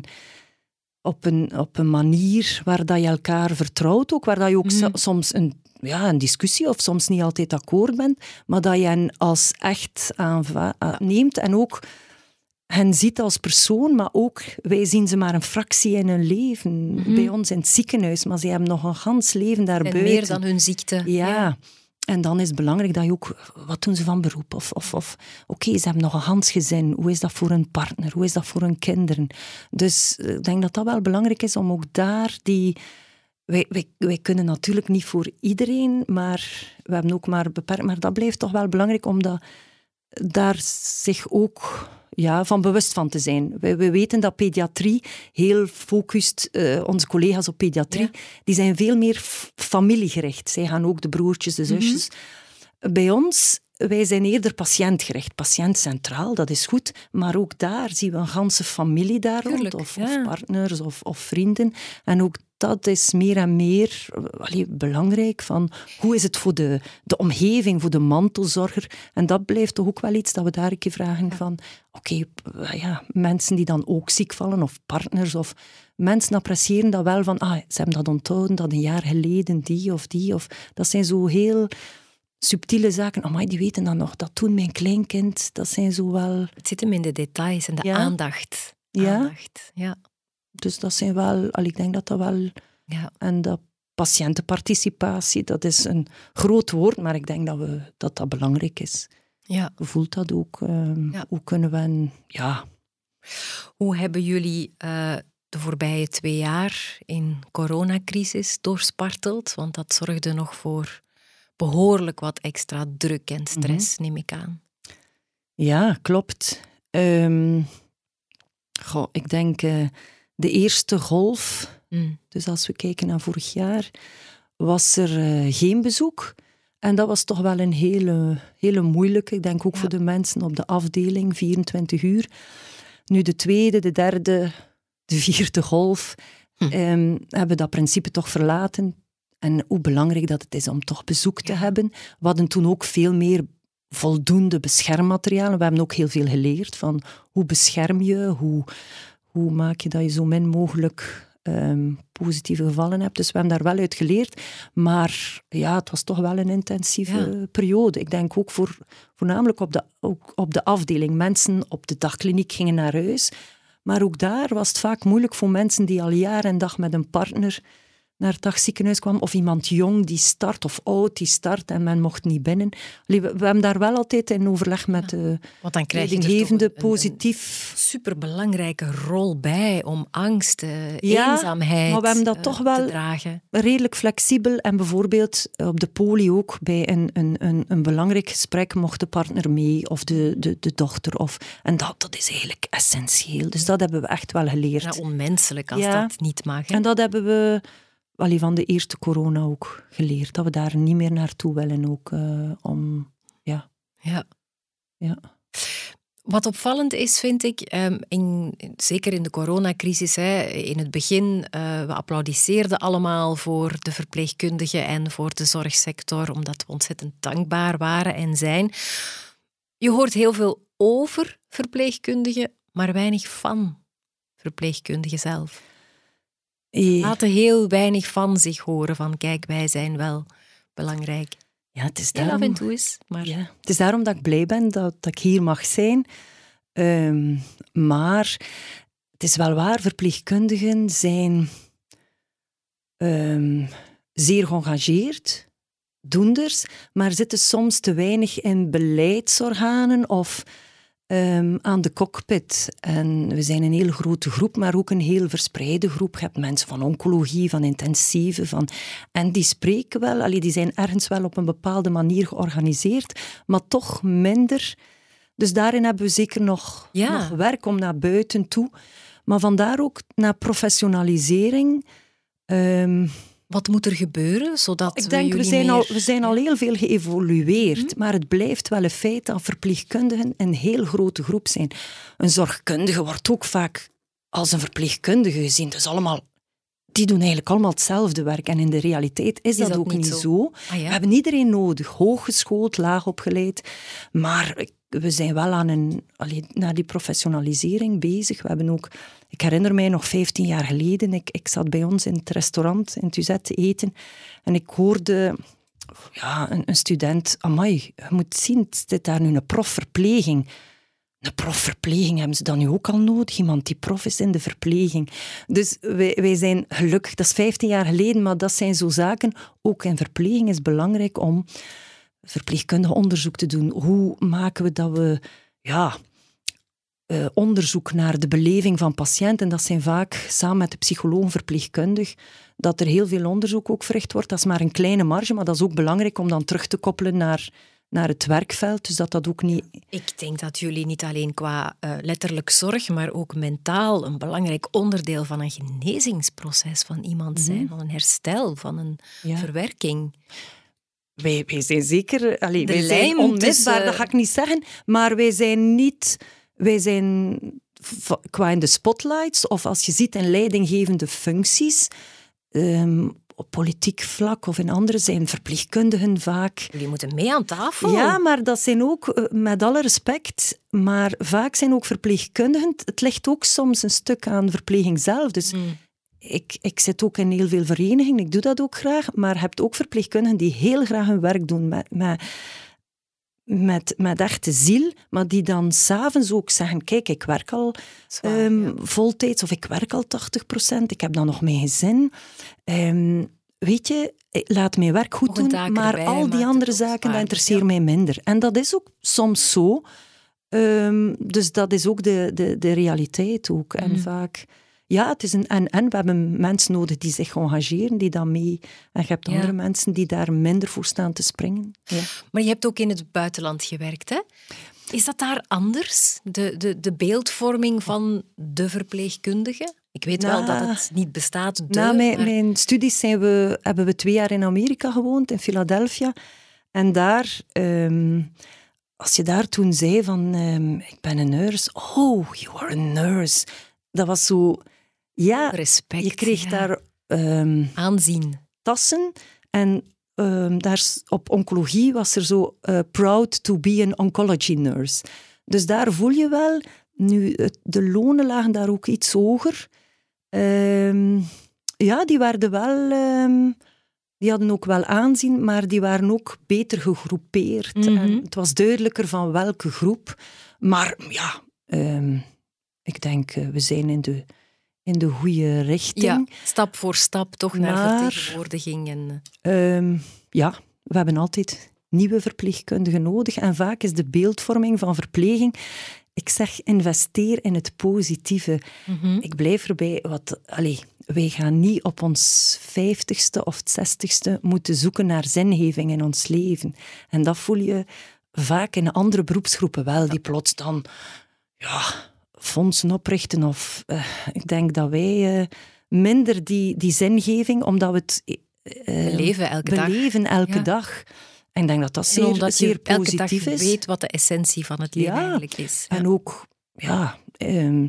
Speaker 3: Op een, op een manier waar dat je elkaar vertrouwt, ook, waar dat je ook mm. soms een, ja, een discussie of soms niet altijd akkoord bent, maar dat je hen als echt aanneemt en ook hen ziet als persoon, maar ook, wij zien ze maar een fractie in hun leven. Mm-hmm. Bij ons in het ziekenhuis, maar ze hebben nog een gans leven daarbuiten.
Speaker 4: En meer dan hun ziekte.
Speaker 3: Ja. ja. En dan is het belangrijk dat je ook... Wat doen ze van beroep? Of, of, of oké, okay, ze hebben nog een gans gezin. Hoe is dat voor hun partner? Hoe is dat voor hun kinderen? Dus ik denk dat dat wel belangrijk is om ook daar die... Wij, wij, wij kunnen natuurlijk niet voor iedereen, maar we hebben ook maar beperkt... Maar dat blijft toch wel belangrijk om dat, daar zich ook... Ja, van bewust van te zijn. We, we weten dat pediatrie heel focust, uh, onze collega's op pediatrie, ja. die zijn veel meer f- familiegericht. Zij gaan ook de broertjes, de zusjes. Mm-hmm. Bij ons, wij zijn eerder patiëntgericht. Patiënt centraal, dat is goed. Maar ook daar zien we een ganse familie daar rond. Of, ja. of partners of, of vrienden. En ook dat is meer en meer allee, belangrijk. Van hoe is het voor de, de omgeving, voor de mantelzorger? En dat blijft toch ook wel iets dat we daar een keer vragen ja. van... Oké, okay, ja, mensen die dan ook ziek vallen, of partners, of mensen appreciëren dat wel van... Ah, ze hebben dat onthouden, dat een jaar geleden die of die. Of, dat zijn zo heel subtiele zaken. Amai, die weten dat nog. Dat toen mijn kleinkind, dat zijn zo wel...
Speaker 4: Het zit hem in de details en de ja. aandacht.
Speaker 3: Ja.
Speaker 4: aandacht. Ja.
Speaker 3: Dus dat zijn wel... Al, ik denk dat dat wel...
Speaker 4: Ja.
Speaker 3: En dat patiëntenparticipatie, dat is een groot woord, maar ik denk dat we, dat, dat belangrijk is.
Speaker 4: Ja.
Speaker 3: Je voelt dat ook. Uh,
Speaker 4: Ja.
Speaker 3: Hoe kunnen we... Een, ja...
Speaker 4: Hoe hebben jullie uh, de voorbije twee jaar in coronacrisis doorsparteld? Want dat zorgde nog voor behoorlijk wat extra druk en stress, mm-hmm. neem ik aan.
Speaker 3: Ja, klopt. Um, goh, ik denk uh, de eerste golf, mm. dus als we kijken naar vorig jaar, was er uh, geen bezoek. En dat was toch wel een hele, hele moeilijke, ik denk ook ja. voor de mensen op de afdeling, vierentwintig uur. Nu de tweede, de derde, de vierde golf, hm. um, hebben dat principe toch verlaten. En hoe belangrijk dat het is om toch bezoek te ja. hebben. We hadden toen ook veel meer voldoende beschermmaterialen. We hebben ook heel veel geleerd van hoe bescherm je, hoe, hoe maak je dat je zo min mogelijk um, positieve gevallen hebt. Dus we hebben daar wel uit geleerd. Maar ja, het was toch wel een intensieve ja. periode. Ik denk ook voor, voornamelijk op de, ook op de afdeling. Mensen op de dagkliniek gingen naar huis. Maar ook daar was het vaak moeilijk voor mensen die al jaar en dag met een partner naar het dagziekenhuis kwam, of iemand jong die start, of oud die start, en men mocht niet binnen. Allee, we, we hebben daar wel altijd in overleg met de
Speaker 4: Want dan krijg je
Speaker 3: leidinggevende
Speaker 4: een,
Speaker 3: positief...
Speaker 4: een superbelangrijke rol bij om angst, uh,
Speaker 3: ja,
Speaker 4: eenzaamheid
Speaker 3: maar we hebben dat
Speaker 4: uh,
Speaker 3: toch wel
Speaker 4: te dragen.
Speaker 3: Redelijk flexibel. En bijvoorbeeld op de poli ook, bij een, een, een, een belangrijk gesprek mocht de partner mee, of de, de, de dochter. Of, en dat, dat is eigenlijk essentieel. Dus dat hebben we echt wel geleerd.
Speaker 4: Ja, onmenselijk als
Speaker 3: ja.
Speaker 4: dat niet mag. Hè?
Speaker 3: En dat hebben we... Allee, van de eerste corona ook geleerd. Dat we daar niet meer naartoe willen ook. Uh, om, ja.
Speaker 4: Ja.
Speaker 3: ja.
Speaker 4: Wat opvallend is, vind ik, um, in, zeker in de coronacrisis, hè, in het begin, uh, we applaudisseerden allemaal voor de verpleegkundigen en voor de zorgsector, omdat we ontzettend dankbaar waren en zijn. Je hoort heel veel over verpleegkundigen, maar weinig van verpleegkundigen zelf. Ze laten heel weinig van zich horen van kijk, wij zijn wel belangrijk.
Speaker 3: Ja, het is
Speaker 4: daarom,
Speaker 3: daarom,
Speaker 4: af en toe is, maar...
Speaker 3: ja, het is daarom dat ik blij ben dat, dat ik hier mag zijn. Um, maar het is wel waar, verpleegkundigen zijn um, zeer geëngageerd, doenders, maar zitten soms te weinig in beleidsorganen of... Um, aan de cockpit. En we zijn een heel grote groep, maar ook een heel verspreide groep. Je hebt mensen van oncologie, van intensieve, van... en die spreken wel, allee, die zijn ergens wel op een bepaalde manier georganiseerd, maar toch minder. Dus daarin hebben we zeker nog,
Speaker 4: ja.
Speaker 3: nog werk om naar buiten toe. Maar vandaar ook naar professionalisering... Um,
Speaker 4: Wat moet er gebeuren, zodat
Speaker 3: Ik denk,
Speaker 4: we
Speaker 3: we zijn,
Speaker 4: meer...
Speaker 3: al, we zijn al heel veel geëvolueerd, mm-hmm. maar het blijft wel een feit dat verpleegkundigen een heel grote groep zijn. Een zorgkundige wordt ook vaak als een verpleegkundige gezien. Dus allemaal, die doen eigenlijk allemaal hetzelfde werk. En in de realiteit is, is dat, dat ook niet zo. zo. Ah, ja? We hebben iedereen nodig, hooggeschoold, laag opgeleid. Maar we zijn wel aan een, allee, naar die professionalisering bezig. We hebben ook... Ik herinner mij nog vijftien jaar geleden, ik, ik zat bij ons in het restaurant in Tuzet te eten en ik hoorde ja, een, een student, amai, je moet zien, het zit daar nu een profverpleging. Een profverpleging hebben ze dan nu ook al nodig? Iemand die prof is in de verpleging. Dus wij, wij zijn gelukkig, dat is vijftien jaar geleden, maar dat zijn zo zaken. Ook in verpleging is het belangrijk om verpleegkundig onderzoek te doen. Hoe maken we dat we... ja. Uh, onderzoek naar de beleving van patiënten. Dat zijn vaak, samen met de psycholoog verpleegkundig, dat er heel veel onderzoek ook verricht wordt. Dat is maar een kleine marge, maar dat is ook belangrijk om dan terug te koppelen naar, naar het werkveld. Dus dat dat ook niet...
Speaker 4: Ik denk dat jullie niet alleen qua uh, letterlijk zorg, maar ook mentaal een belangrijk onderdeel van een genezingsproces van iemand zijn, mm-hmm. van een herstel, van een ja. verwerking.
Speaker 3: Wij, wij zijn zeker... Allee, wij
Speaker 4: lijm
Speaker 3: zijn onmisbaar,
Speaker 4: tussen...
Speaker 3: dat ga ik niet zeggen, maar wij zijn niet... Wij zijn qua in de spotlights, of als je ziet in leidinggevende functies, um, op politiek vlak of in andere, zijn verpleegkundigen vaak...
Speaker 4: Jullie moeten mee aan tafel.
Speaker 3: Ja, maar dat zijn ook, met alle respect, maar vaak zijn ook verpleegkundigen... Het ligt ook soms een stuk aan verpleging zelf. Dus mm. ik, ik zit ook in heel veel verenigingen, ik doe dat ook graag, maar je hebt ook verpleegkundigen die heel graag hun werk doen met... met Met, met echte ziel, maar die dan s'avonds ook zeggen, kijk, ik werk al Zwaar, um, ja. voltijds, of ik werk al tachtig procent, ik heb dan nog mijn gezin. Um, weet je, laat mijn werk goed
Speaker 4: Nog een
Speaker 3: doen,
Speaker 4: taak
Speaker 3: maar
Speaker 4: erbij
Speaker 3: al
Speaker 4: maakt
Speaker 3: die
Speaker 4: het
Speaker 3: andere
Speaker 4: ook
Speaker 3: zaken, dat
Speaker 4: zwaarder,
Speaker 3: interesseert
Speaker 4: ja.
Speaker 3: mij minder. En dat is ook soms zo. Um, dus dat is ook de, de, de realiteit ook. En
Speaker 4: Mhm.
Speaker 3: vaak... Ja, het is een en-en. We hebben mensen nodig die zich engageren, die dan mee... En je hebt
Speaker 4: Ja.
Speaker 3: andere mensen die daar minder voor staan te springen. Ja.
Speaker 4: Maar je hebt ook in het buitenland gewerkt, hè? Is dat daar anders? De, de, de beeldvorming van de verpleegkundige? Ik weet wel
Speaker 3: Na-
Speaker 4: dat het niet bestaat, de,
Speaker 3: Na mijn,
Speaker 4: maar-
Speaker 3: mijn studies zijn we, hebben we twee jaar in Amerika gewoond, in Philadelphia. En daar... Um, als je daar toen zei van... Um, ik ben een nurse. Oh, you are a nurse. Dat was zo... Ja,
Speaker 4: respect.
Speaker 3: je kreeg
Speaker 4: ja.
Speaker 3: daar... Um,
Speaker 4: aanzien.
Speaker 3: tassen. En um, daar s- op oncologie was er zo uh, proud to be an oncology nurse. Dus daar voel je wel, nu het- de lonen lagen daar ook iets hoger. Um, ja, die werden wel, um, die hadden ook wel aanzien, maar die waren ook beter gegroepeerd.
Speaker 4: Mhm.
Speaker 3: En het was duidelijker van welke groep. Maar ja, um, ik denk, uh, we zijn in de in de goede richting.
Speaker 4: Ja, stap voor stap toch naar
Speaker 3: Maar-
Speaker 4: vertegenwoordiging. En,
Speaker 3: Um, ja, we hebben altijd nieuwe verpleegkundigen nodig. En vaak is de beeldvorming van verpleging... Ik zeg, investeer in het positieve.
Speaker 4: Mhm.
Speaker 3: Ik blijf erbij... Wat, allez, wij gaan niet op ons vijftigste of zestigste moeten zoeken naar zingeving in ons leven. En dat voel je vaak in andere beroepsgroepen wel, die plots dan... Ja, fondsen oprichten. Of, uh, ik denk dat wij uh, minder die, die zingeving, omdat we het... Uh,
Speaker 4: Beleven elke dag.
Speaker 3: beleven elke
Speaker 4: Ja.
Speaker 3: dag. En ik denk dat dat
Speaker 4: En
Speaker 3: zeer,
Speaker 4: omdat
Speaker 3: zeer
Speaker 4: je elke
Speaker 3: positief
Speaker 4: dag
Speaker 3: is.
Speaker 4: weet wat de essentie van het leven
Speaker 3: Ja.
Speaker 4: eigenlijk is. Ja.
Speaker 3: En ook, ja, um,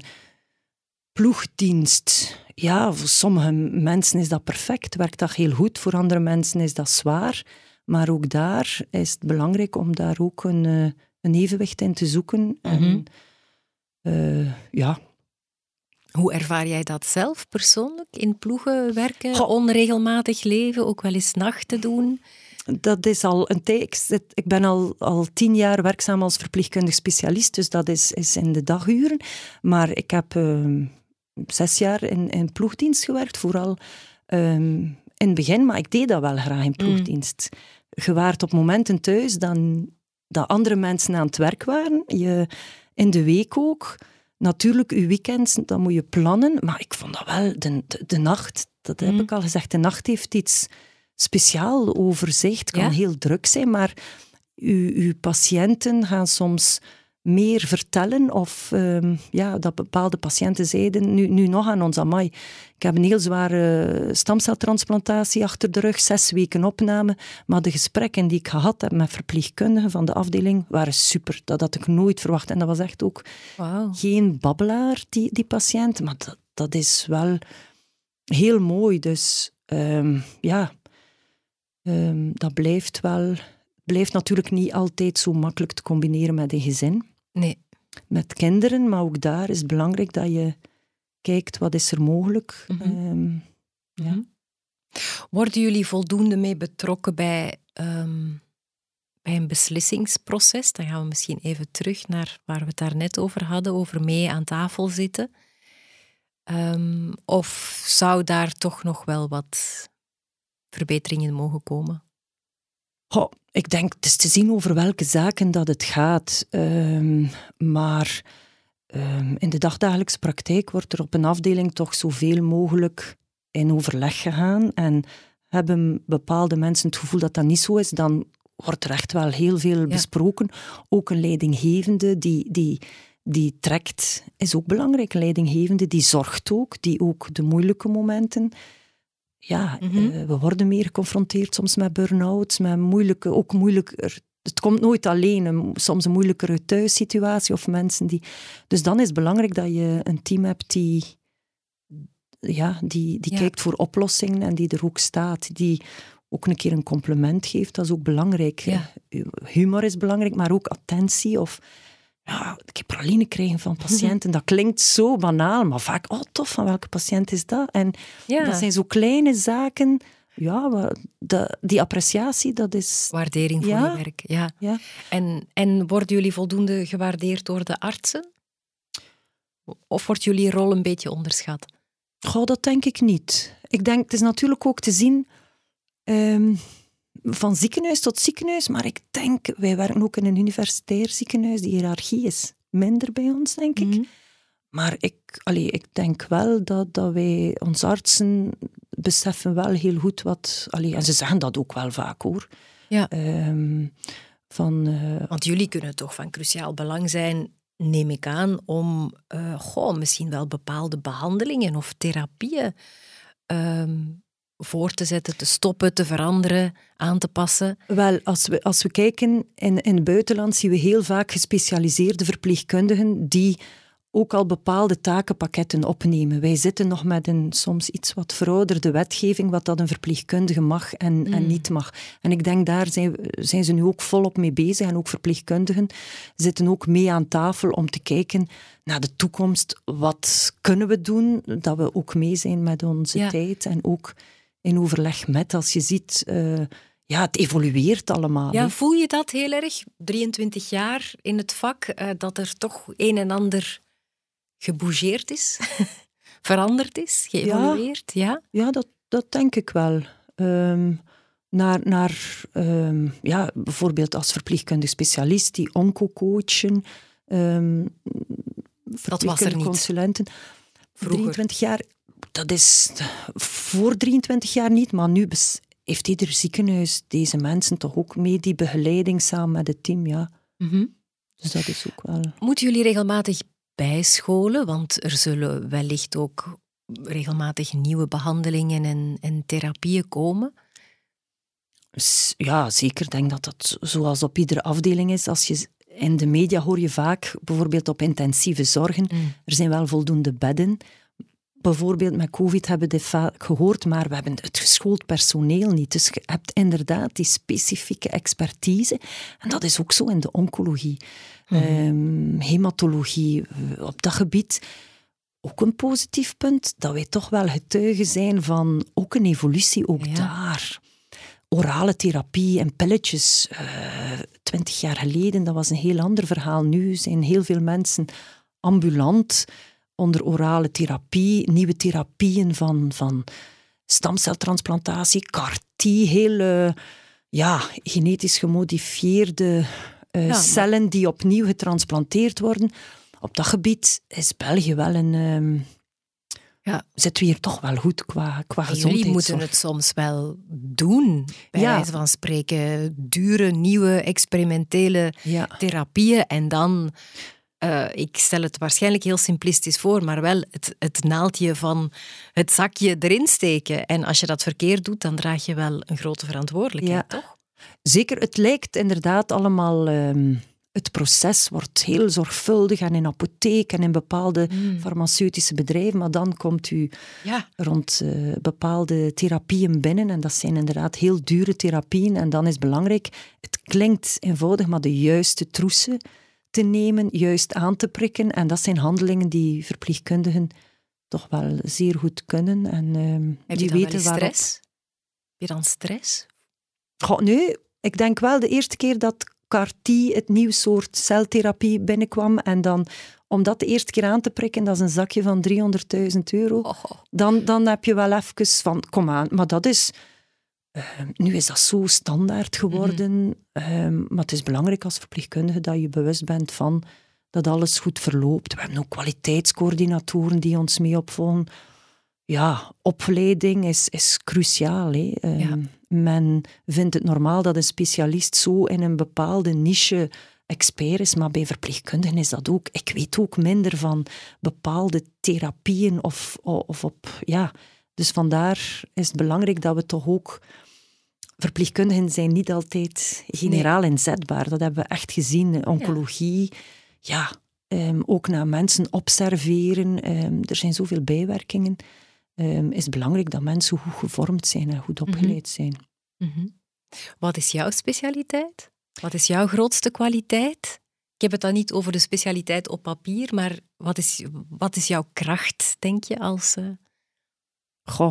Speaker 3: ploegdienst. Ja, voor sommige mensen is dat perfect, werkt dat heel goed. Voor andere mensen is dat zwaar. Maar ook daar is het belangrijk om daar ook een, uh, een evenwicht in te zoeken.
Speaker 4: Mhm.
Speaker 3: En, uh, ja...
Speaker 4: Hoe ervaar jij dat zelf persoonlijk? In ploegen werken,
Speaker 3: Goh.
Speaker 4: onregelmatig leven, ook wel eens nachten doen?
Speaker 3: Dat is al een tijd. Ik, zit, ik ben al, al tien jaar werkzaam als verpleegkundig specialist, dus dat is, is in de daguren. Maar ik heb uh, zes jaar in, in ploegdienst gewerkt, vooral um, in het begin, maar ik deed dat wel graag in ploegdienst. Mm. Je waart op momenten thuis dan, dat andere mensen aan het werk waren. Je, in de week ook. Natuurlijk, je weekends, dat moet je plannen. Maar ik vond dat wel, de, de, de nacht, dat heb
Speaker 4: Mm.
Speaker 3: ik al gezegd, de nacht heeft iets speciaal over zich. Het kan
Speaker 4: Ja?
Speaker 3: heel druk zijn, maar uw, uw patiënten gaan soms meer vertellen. Of um, ja, dat bepaalde patiënten zeiden, nu, nu nog aan ons, amai, ik heb een heel zware stamceltransplantatie achter de rug, zes weken opname, maar de gesprekken die ik gehad heb met verpleegkundigen van de afdeling waren super. Dat had ik nooit verwacht. En dat was echt ook
Speaker 4: Wauw.
Speaker 3: geen babbelaar, die, die patiënt, maar dat, dat is wel heel mooi. Dus um, ja, um, dat blijft wel... blijft natuurlijk niet altijd zo makkelijk te combineren met een gezin.
Speaker 4: Nee.
Speaker 3: Met kinderen, maar ook daar is het belangrijk dat je kijkt wat is er mogelijk.
Speaker 4: Mhm.
Speaker 3: Um, ja.
Speaker 4: Mhm. Worden jullie voldoende mee betrokken bij, um, bij een beslissingsproces? Dan gaan we misschien even terug naar waar we het daar net over hadden, over mee aan tafel zitten. Um, of zou daar toch nog wel wat verbeteringen mogen komen?
Speaker 3: Goh, ik denk, het is te zien over welke zaken dat het gaat. Um, maar um, in de dagdagelijkse praktijk wordt er op een afdeling toch zoveel mogelijk in overleg gegaan. En hebben bepaalde mensen het gevoel dat dat niet zo is, dan wordt er echt wel heel veel ja. besproken. Ook een leidinggevende die, die, die trekt, is ook belangrijk. Een leidinggevende die zorgt ook, die ook de moeilijke momenten... Ja, mm-hmm. uh, we worden meer geconfronteerd soms met burn-outs, met moeilijke, ook moeilijker... Het komt nooit alleen, een, soms een moeilijkere thuissituatie of mensen die... Dus dan is het belangrijk dat je een team hebt die, ja, die, die ja. kijkt voor oplossingen en die er ook staat. Die ook een keer een compliment geeft, dat is ook belangrijk.
Speaker 4: Ja.
Speaker 3: Humor is belangrijk, maar ook attentie of... Ja, ik heb praline krijgen van patiënten. Dat klinkt zo banaal, maar vaak, oh tof, van welke patiënt is dat? En
Speaker 4: ja.
Speaker 3: dat zijn zo kleine zaken. Ja, de, die appreciatie, dat is...
Speaker 4: Waardering voor
Speaker 3: ja.
Speaker 4: je werk, ja.
Speaker 3: ja.
Speaker 4: En, en worden jullie voldoende gewaardeerd door de artsen? Of wordt jullie rol een beetje onderschat?
Speaker 3: Goh, dat denk ik niet. Ik denk, het is natuurlijk ook te zien Um, van ziekenhuis tot ziekenhuis, maar ik denk, wij werken ook in een universitair ziekenhuis, die hiërarchie is minder bij ons, denk ik.
Speaker 4: Mm-hmm.
Speaker 3: Maar ik, allee, ik denk wel dat, dat wij, ons artsen, beseffen wel heel goed wat... Allee, en ze zeggen dat ook wel vaak, hoor.
Speaker 4: Ja.
Speaker 3: Um, van, uh,
Speaker 4: Want jullie kunnen toch van cruciaal belang zijn, neem ik aan, om uh, goh, misschien wel bepaalde behandelingen of therapieën um, voor te zetten, te stoppen, te veranderen, aan te passen.
Speaker 3: Wel, als we, als we kijken in, in het buitenland, zien we heel vaak gespecialiseerde verpleegkundigen die ook al bepaalde takenpakketten opnemen. Wij zitten nog met een soms iets wat verouderde wetgeving, wat dat een verpleegkundige mag en, mm. en niet mag. En ik denk, daar zijn, zijn ze nu ook volop mee bezig. En ook verpleegkundigen zitten ook mee aan tafel om te kijken naar de toekomst. Wat kunnen we doen? Dat we ook mee zijn met onze ja. tijd. En ook in overleg met, als je ziet... Uh, Ja, het evolueert allemaal.
Speaker 4: Ja,
Speaker 3: he.
Speaker 4: voel je dat heel erg? drieëntwintig jaar in het vak, uh, dat er toch een en ander gebougeerd is? Veranderd is? Geëvolueerd? Ja,
Speaker 3: ja? ja dat, dat denk ik wel. Um, naar, naar um, ja, bijvoorbeeld als verpleegkundig specialist, die onco-coachen, um,
Speaker 4: dat was er niet.
Speaker 3: Consulenten.
Speaker 4: Vroeger.
Speaker 3: drieëntwintig jaar, dat is voor drieëntwintig jaar niet, maar nu... Bes- heeft ieder ziekenhuis deze mensen toch ook mee, die begeleiding samen met het team, ja.
Speaker 4: Mm-hmm.
Speaker 3: Dus dat is ook wel...
Speaker 4: Moeten jullie regelmatig bijscholen? Want er zullen wellicht ook regelmatig nieuwe behandelingen en, en therapieën komen.
Speaker 3: Ja, zeker. Ik denk dat dat zoals op iedere afdeling is. Als je in de media hoor je vaak, bijvoorbeeld op intensieve zorgen, mm. er zijn wel voldoende bedden. Bijvoorbeeld met COVID hebben we dit vaak gehoord, maar we hebben het geschoold personeel niet. Dus je hebt inderdaad die specifieke expertise. En dat is ook zo in de oncologie, mm-hmm. um, hematologie. Op dat gebied ook een positief punt, dat wij toch wel getuigen zijn van ook een evolutie, ook ja. daar. Orale therapie en pilletjes. Twintig uh, jaar geleden, dat was een heel ander verhaal. Nu zijn heel veel mensen ambulant... onder orale therapie, nieuwe therapieën van, van stamceltransplantatie, C A R-T, hele ja, genetisch gemodifieerde uh, ja, cellen maar... die opnieuw getransplanteerd worden. Op dat gebied is België wel een... Um, ja. Zitten we hier toch wel goed qua, qua gezondheidszorg.
Speaker 4: Jullie moeten het soms wel doen, bij ja. wijze van spreken. Dure, nieuwe, experimentele ja. therapieën en dan... Uh, ik stel het waarschijnlijk heel simplistisch voor, maar wel het, het naaldje van het zakje erin steken. En als je dat verkeerd doet, dan draag je wel een grote verantwoordelijkheid, ja. toch?
Speaker 3: Zeker, het lijkt inderdaad allemaal... Um, het proces wordt heel zorgvuldig en in apotheek en in bepaalde mm. farmaceutische bedrijven, maar dan komt u ja. rond uh, bepaalde therapieën binnen en dat zijn inderdaad heel dure therapieën en dan is het belangrijk, het klinkt eenvoudig, maar de juiste troessen te nemen, juist aan te prikken. En dat zijn handelingen die verpleegkundigen toch wel zeer goed kunnen. En, um,
Speaker 4: Heb
Speaker 3: die
Speaker 4: je dan
Speaker 3: weten
Speaker 4: wel
Speaker 3: waarop...
Speaker 4: stress? Heb je dan stress?
Speaker 3: Goh, nee, ik denk wel de eerste keer dat C A R-T, het nieuw soort celtherapie, binnenkwam. En dan, om dat de eerste keer aan te prikken, dat is een zakje van driehonderdduizend euro.
Speaker 4: Oh.
Speaker 3: Dan, dan heb je wel even van, kom aan. Maar dat is... Uh, nu is dat zo standaard geworden, mm-hmm. um, maar het is belangrijk als verpleegkundige dat je bewust bent van dat alles goed verloopt. We hebben ook kwaliteitscoördinatoren die ons mee opvolgen. Ja, opleiding is, is cruciaal. Hè. Um, ja. Men vindt het normaal dat een specialist zo in een bepaalde niche expert is, maar bij verpleegkundigen is dat ook. Ik weet ook minder van bepaalde therapieën of, of op... Ja, dus vandaar is het belangrijk dat we toch ook... Verpleegkundigen zijn niet altijd generaal nee. inzetbaar. Dat hebben we echt gezien. Oncologie, ja, ja um, ook naar mensen observeren. Um, er zijn zoveel bijwerkingen. Um, is het belangrijk dat mensen goed gevormd zijn en goed opgeleid zijn.
Speaker 4: Mm-hmm. Wat is jouw specialiteit? Wat is jouw grootste kwaliteit? Ik heb het dan niet over de specialiteit op papier, maar wat is, wat is jouw kracht, denk je, als... Uh...
Speaker 3: Goh,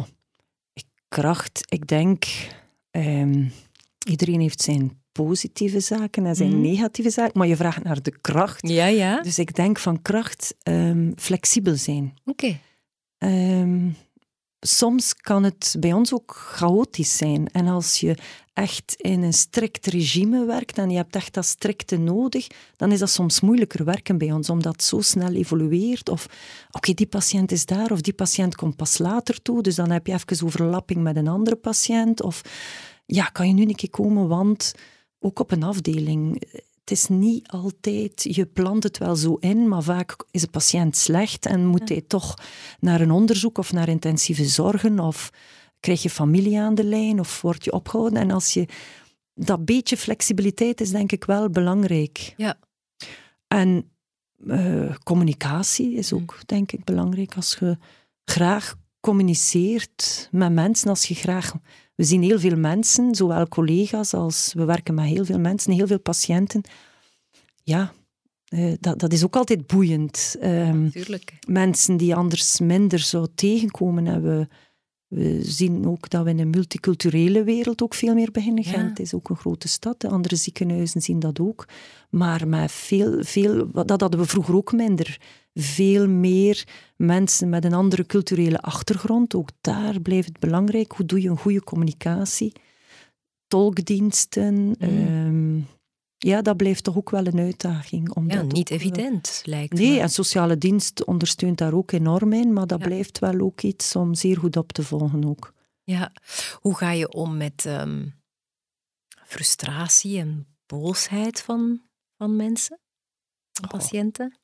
Speaker 3: kracht, ik denk... Um, iedereen heeft zijn positieve zaken en zijn mm. negatieve zaken, maar je vraagt naar de kracht.
Speaker 4: Ja, ja.
Speaker 3: Dus ik denk van kracht um, flexibel zijn.
Speaker 4: Oké. Okay.
Speaker 3: Um, soms kan het bij ons ook chaotisch zijn. En als je echt in een strikt regime werkt en je hebt echt dat strikte nodig, dan is dat soms moeilijker werken bij ons, omdat het zo snel evolueert. Of, oké, okay, die patiënt is daar, of die patiënt komt pas later toe, dus dan heb je even overlapping met een andere patiënt. Of, ja, kan je nu een keer komen, want ook op een afdeling, het is niet altijd, je plant het wel zo in, maar vaak is de patiënt slecht en moet ja. hij toch naar een onderzoek of naar intensieve zorgen, of krijg je familie aan de lijn, of word je opgehouden. En als je, dat beetje flexibiliteit is denk ik wel belangrijk.
Speaker 4: Ja.
Speaker 3: En uh, communicatie is ook mm. denk ik belangrijk. Als je graag communiceert met mensen, als je graag... We zien heel veel mensen, zowel collega's als... We werken met heel veel mensen, heel veel patiënten. Ja, uh, dat, dat is ook altijd boeiend. Um,
Speaker 4: Natuurlijk.
Speaker 3: Mensen die anders minder zo tegenkomen. En we, we zien ook dat we in een multiculturele wereld ook veel meer beginnen. Ja. Gent is ook een grote stad. De andere ziekenhuizen zien dat ook. Maar met veel, veel... Dat hadden we vroeger ook minder. Veel meer mensen met een andere culturele achtergrond. Ook daar blijft het belangrijk. Hoe doe je een goede communicatie? Tolkdiensten. Mm. Um, ja, dat blijft toch ook wel een uitdaging. Om
Speaker 4: ja,
Speaker 3: dat
Speaker 4: niet
Speaker 3: ook,
Speaker 4: evident, uh, lijkt
Speaker 3: Nee,
Speaker 4: me.
Speaker 3: en sociale dienst ondersteunt daar ook enorm in. Maar dat
Speaker 4: ja.
Speaker 3: blijft wel ook iets om zeer goed op te volgen ook.
Speaker 4: Ja, hoe ga je om met um, frustratie en boosheid van, van mensen? Van oh. patiënten?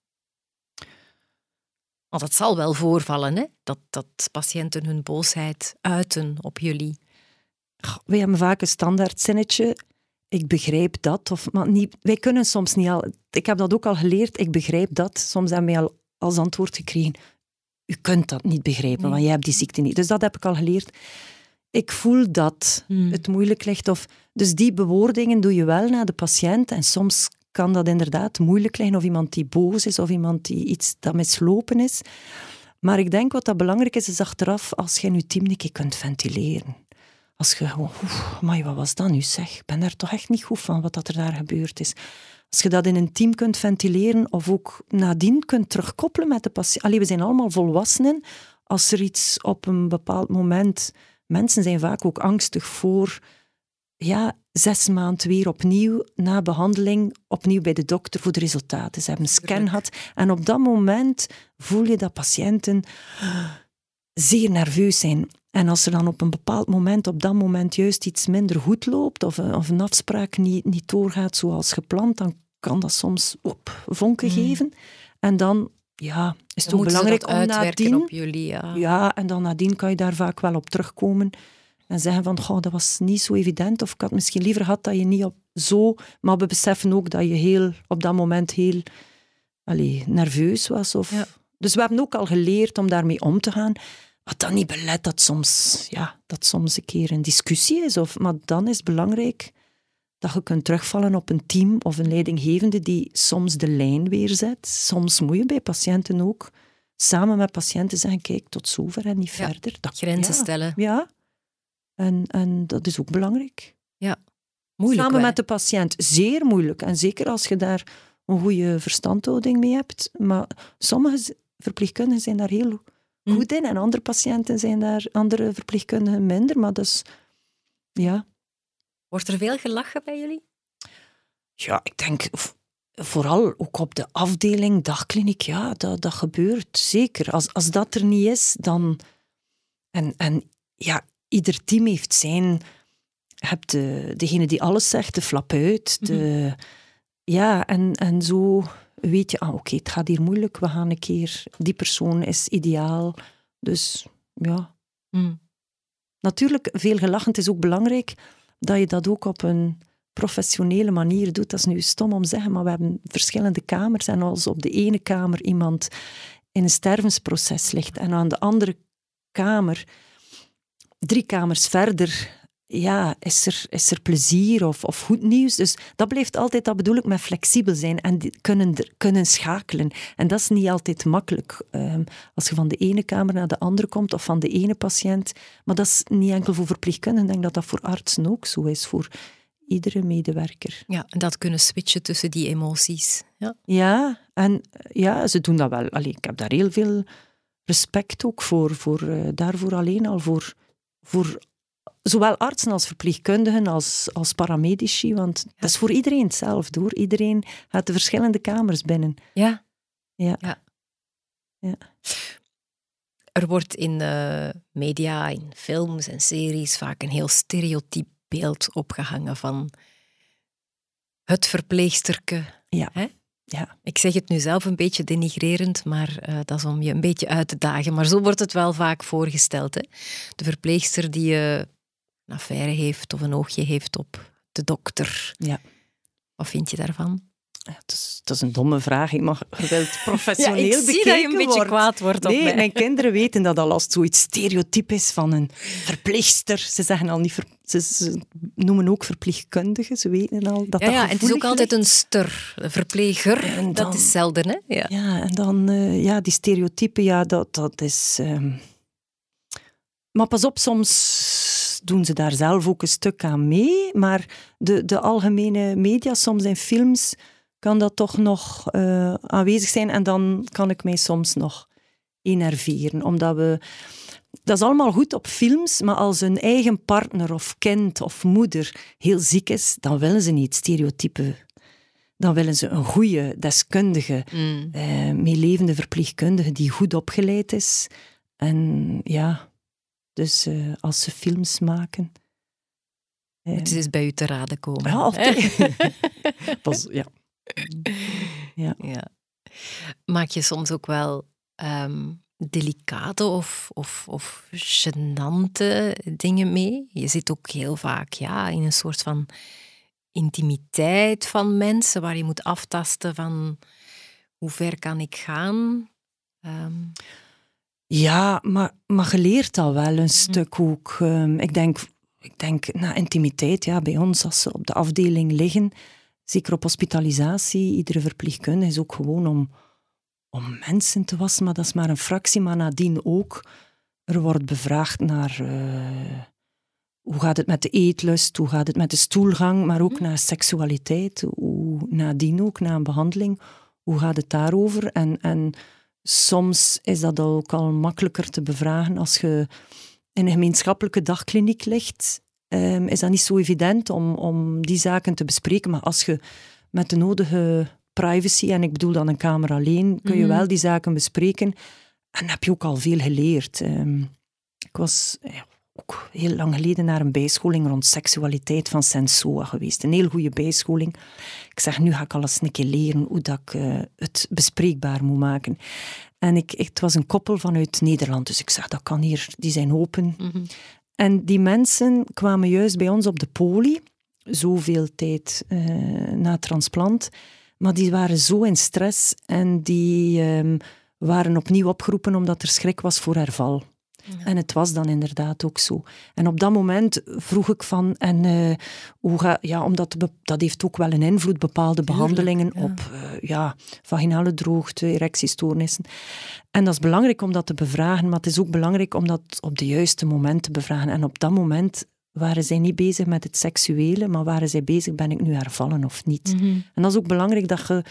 Speaker 4: Want het zal wel voorvallen, hè? Dat, dat patiënten hun boosheid uiten op jullie.
Speaker 3: Wij hebben vaak een standaard zinnetje. Ik begrijp dat. Of, maar niet, wij kunnen soms niet al... Ik heb dat ook al geleerd. Ik begrijp dat. Soms hebben wij al als antwoord gekregen. U kunt dat niet begrijpen, nee. want jij hebt die ziekte niet. Dus dat heb ik al geleerd. Ik voel dat hmm. het moeilijk ligt. Of, dus die bewoordingen doe je wel naar de patiënt. En soms kan dat inderdaad moeilijk liggen. Of iemand die boos is, of iemand die iets dat mislopen is. Maar ik denk wat dat belangrijk is, is achteraf, als je in je team een keer kunt ventileren. Als je gewoon, maar wat was dat nu zeg? Ik ben daar toch echt niet goed van, wat dat er daar gebeurd is. Als je dat in een team kunt ventileren, of ook nadien kunt terugkoppelen met de patiënt. Allee, we zijn allemaal volwassenen. Als er iets op een bepaald moment... Mensen zijn vaak ook angstig voor... Ja, zes maanden weer opnieuw, na behandeling, opnieuw bij de dokter voor de resultaten. Ze hebben een scan gehad. En op dat moment voel je dat patiënten zeer nerveus zijn. En als er dan op een bepaald moment, op dat moment juist iets minder goed loopt, of, of een afspraak niet, niet doorgaat zoals gepland, dan kan dat soms op vonken mm. geven. En dan, ja, is het ook belangrijk om nadien...
Speaker 4: op jullie, ja.
Speaker 3: Ja, en dan nadien kan je daar vaak wel op terugkomen en zeggen van, goh, dat was niet zo evident, of ik had misschien liever gehad dat je niet op zo... Maar we beseffen ook dat je heel, op dat moment heel allez, nerveus was. Of... Ja. Dus we hebben ook al geleerd om daarmee om te gaan. Wat dan niet belet dat soms, ja, dat soms een keer een discussie is. Of, maar dan is het belangrijk dat je kunt terugvallen op een team of een leidinggevende die soms de lijn weerzet. Soms moet je bij patiënten ook samen met patiënten zeggen, kijk, tot zover en niet ja, verder. Dat,
Speaker 4: grenzen
Speaker 3: ja,
Speaker 4: stellen.
Speaker 3: Ja, en, en dat is ook belangrijk.
Speaker 4: Ja, moeilijk
Speaker 3: Samen
Speaker 4: wel.
Speaker 3: met de patiënt, zeer moeilijk. En zeker als je daar een goede verstandhouding mee hebt. Maar sommige verpleegkundigen zijn daar heel goed in en andere patiënten zijn daar, andere verpleegkundigen minder. Maar dus, ja.
Speaker 4: Wordt er veel gelachen bij jullie?
Speaker 3: Ja, ik denk vooral ook op de afdeling, dagkliniek, ja, dat, dat gebeurt zeker. Als, als dat er niet is, dan... En, en ja, ieder team heeft zijn... Je hebt de, degene die alles zegt, de flap uit. De, mm-hmm. Ja, en, en zo weet je, ah, oké, okay, het gaat hier moeilijk, we gaan een keer... Die persoon is ideaal, dus ja.
Speaker 4: Mm.
Speaker 3: Natuurlijk, veel gelachen. Het is ook belangrijk dat je dat ook op een professionele manier doet. Dat is nu stom om te zeggen, maar we hebben verschillende kamers. En als op de ene kamer iemand in een stervensproces ligt en aan de andere kamer, drie kamers verder, ja, is er, is er plezier of, of goed nieuws. Dus dat blijft altijd, dat bedoel ik, met flexibel zijn en kunnen, kunnen schakelen. En dat is niet altijd makkelijk. Um, als je van de ene kamer naar de andere komt of van de ene patiënt. Maar dat is niet enkel voor verpleegkundigen. Ik denk dat dat voor artsen ook zo is, voor iedere medewerker.
Speaker 4: Ja, en dat kunnen switchen tussen die emoties. Ja,
Speaker 3: ja en ja, ze doen dat wel. Allee, ik heb daar heel veel respect ook voor, voor uh, daarvoor alleen al voor, voor zowel artsen als verpleegkundigen als, als paramedici, want ja. dat is voor iedereen hetzelfde hoor. Iedereen gaat de verschillende kamers binnen.
Speaker 4: Ja.
Speaker 3: Ja.
Speaker 4: ja.
Speaker 3: ja.
Speaker 4: Er wordt in uh, media, in films en series vaak een heel stereotyp beeld opgehangen van het verpleegsterke.
Speaker 3: Ja.
Speaker 4: Hè?
Speaker 3: Ja.
Speaker 4: Ik zeg het nu zelf een beetje denigrerend, maar uh, dat is om je een beetje uit te dagen. Maar zo wordt het wel vaak voorgesteld. Hè? De verpleegster die uh, een affaire heeft of een oogje heeft op de dokter.
Speaker 3: Ja.
Speaker 4: Wat vind je daarvan?
Speaker 3: Ja, het, is, het is een domme vraag. Ik mag geweld professioneel
Speaker 4: ja,
Speaker 3: bekeken
Speaker 4: zie dat je een beetje
Speaker 3: wordt.
Speaker 4: kwaad wordt op
Speaker 3: nee,
Speaker 4: mij.
Speaker 3: Mijn kinderen weten dat al als het zoiets stereotyp is van een verpleegster. Ze zeggen al niet... Ver, ze, ze noemen ook verpleegkundigen. Ze weten al dat
Speaker 4: ja,
Speaker 3: dat
Speaker 4: ja, en het is ook
Speaker 3: ligt.
Speaker 4: altijd een ster. Een verpleger, dan, dat is zelden, hè? Ja,
Speaker 3: ja en dan... Uh, ja, die stereotypen, ja, dat, dat is... Um... Maar pas op, soms doen ze daar zelf ook een stuk aan mee. Maar de, de algemene media, soms in films... kan dat toch nog uh, aanwezig zijn. En dan kan ik mij soms nog enerveren. Omdat we... Dat is allemaal goed op films, maar als een eigen partner of kind of moeder heel ziek is, dan willen ze niet stereotypen. Dan willen ze een goede, deskundige,
Speaker 4: mm.
Speaker 3: uh, meelevende verpleegkundige die goed opgeleid is. En ja, dus uh, als ze films maken...
Speaker 4: Uh, het is bij u te raden komen.
Speaker 3: Ja, of te... Pas, ja. Ja.
Speaker 4: ja. Maak je soms ook wel um, delicate of, of, of gênante dingen mee? Je zit ook heel vaak ja, in een soort van intimiteit van mensen, waar je moet aftasten van hoe ver kan ik gaan? Um...
Speaker 3: Ja, maar, maar je leert dat wel een mm. stuk ook. Um, ik denk, ik denk, na intimiteit, ja, bij ons, als ze op de afdeling liggen... Zeker op hospitalisatie, iedere verpleegkundige is ook gewoon om, om mensen te wassen, maar dat is maar een fractie. Maar nadien ook, er wordt bevraagd naar uh, hoe gaat het met de eetlust, hoe gaat het met de stoelgang, maar ook naar seksualiteit, hoe, nadien ook, na een behandeling, hoe gaat het daarover? En, en soms is dat ook al makkelijker te bevragen als je in een gemeenschappelijke dagkliniek ligt. Um, is dat niet zo evident om, om die zaken te bespreken. Maar als je met de nodige privacy, en ik bedoel dan een kamer alleen, kun je mm-hmm. wel die zaken bespreken. En dan heb je ook al veel geleerd. Um, ik was ja, ook heel lang geleden naar een bijscholing rond seksualiteit van Sensoa geweest. Een heel goede bijscholing. Ik zeg, nu ga ik al eens een keer leren hoe dat ik uh, het bespreekbaar moet maken. En ik, het was een koppel vanuit Nederland. Dus ik zeg, dat kan hier, die zijn open.
Speaker 4: Mm-hmm.
Speaker 3: En die mensen kwamen juist bij ons op de poli, zoveel tijd uh, na het transplant. Maar die waren zo in stress en die um, waren opnieuw opgeroepen omdat er schrik was voor herval. Ja. En het was dan inderdaad ook zo. En op dat moment vroeg ik van... En, uh, hoe ga, ja, omdat be, dat heeft ook wel een invloed, bepaalde behandelingen
Speaker 4: Tuurlijk, ja.
Speaker 3: op uh, ja, vaginale droogte, erectiestoornissen. En dat is belangrijk om dat te bevragen, maar het is ook belangrijk om dat op de juiste moment te bevragen. En op dat moment waren zij niet bezig met het seksuele, maar waren zij bezig, ben ik nu hervallen of niet?
Speaker 4: Mm-hmm.
Speaker 3: En dat is ook belangrijk dat je...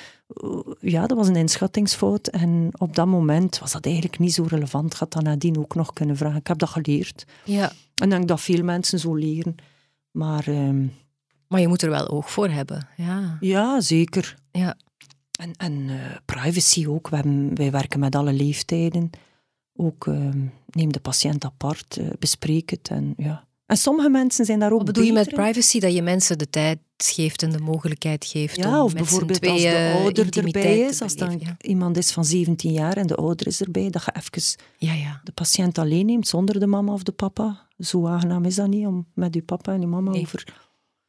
Speaker 3: Ja, dat was een inschattingsfout. En op dat moment was dat eigenlijk niet zo relevant. Ik had dat nadien ook nog kunnen vragen. Ik heb dat geleerd.
Speaker 4: Ja.
Speaker 3: En ik denk dat veel mensen zo leren. Maar... Um...
Speaker 4: Maar je moet er wel oog voor hebben. Ja,
Speaker 3: ja zeker.
Speaker 4: Ja.
Speaker 3: En, en uh, privacy ook. We hebben, wij werken met alle leeftijden. Ook uh, neem de patiënt apart, uh, bespreek het. En, ja. en sommige mensen zijn daar ook
Speaker 4: Wat bedoel je met
Speaker 3: in.
Speaker 4: privacy? Dat je mensen de tijd geeft en de mogelijkheid geeft
Speaker 3: ja,
Speaker 4: om
Speaker 3: of
Speaker 4: met
Speaker 3: bijvoorbeeld
Speaker 4: twee,
Speaker 3: als de ouder erbij is,
Speaker 4: te
Speaker 3: als dan
Speaker 4: beleven, ja.
Speaker 3: iemand is van zeventien jaar en de ouder is erbij, dat je even
Speaker 4: ja, ja.
Speaker 3: de patiënt alleen neemt, zonder de mama of de papa. Zo aangenaam is dat niet, om met je papa en je mama
Speaker 4: nee.
Speaker 3: over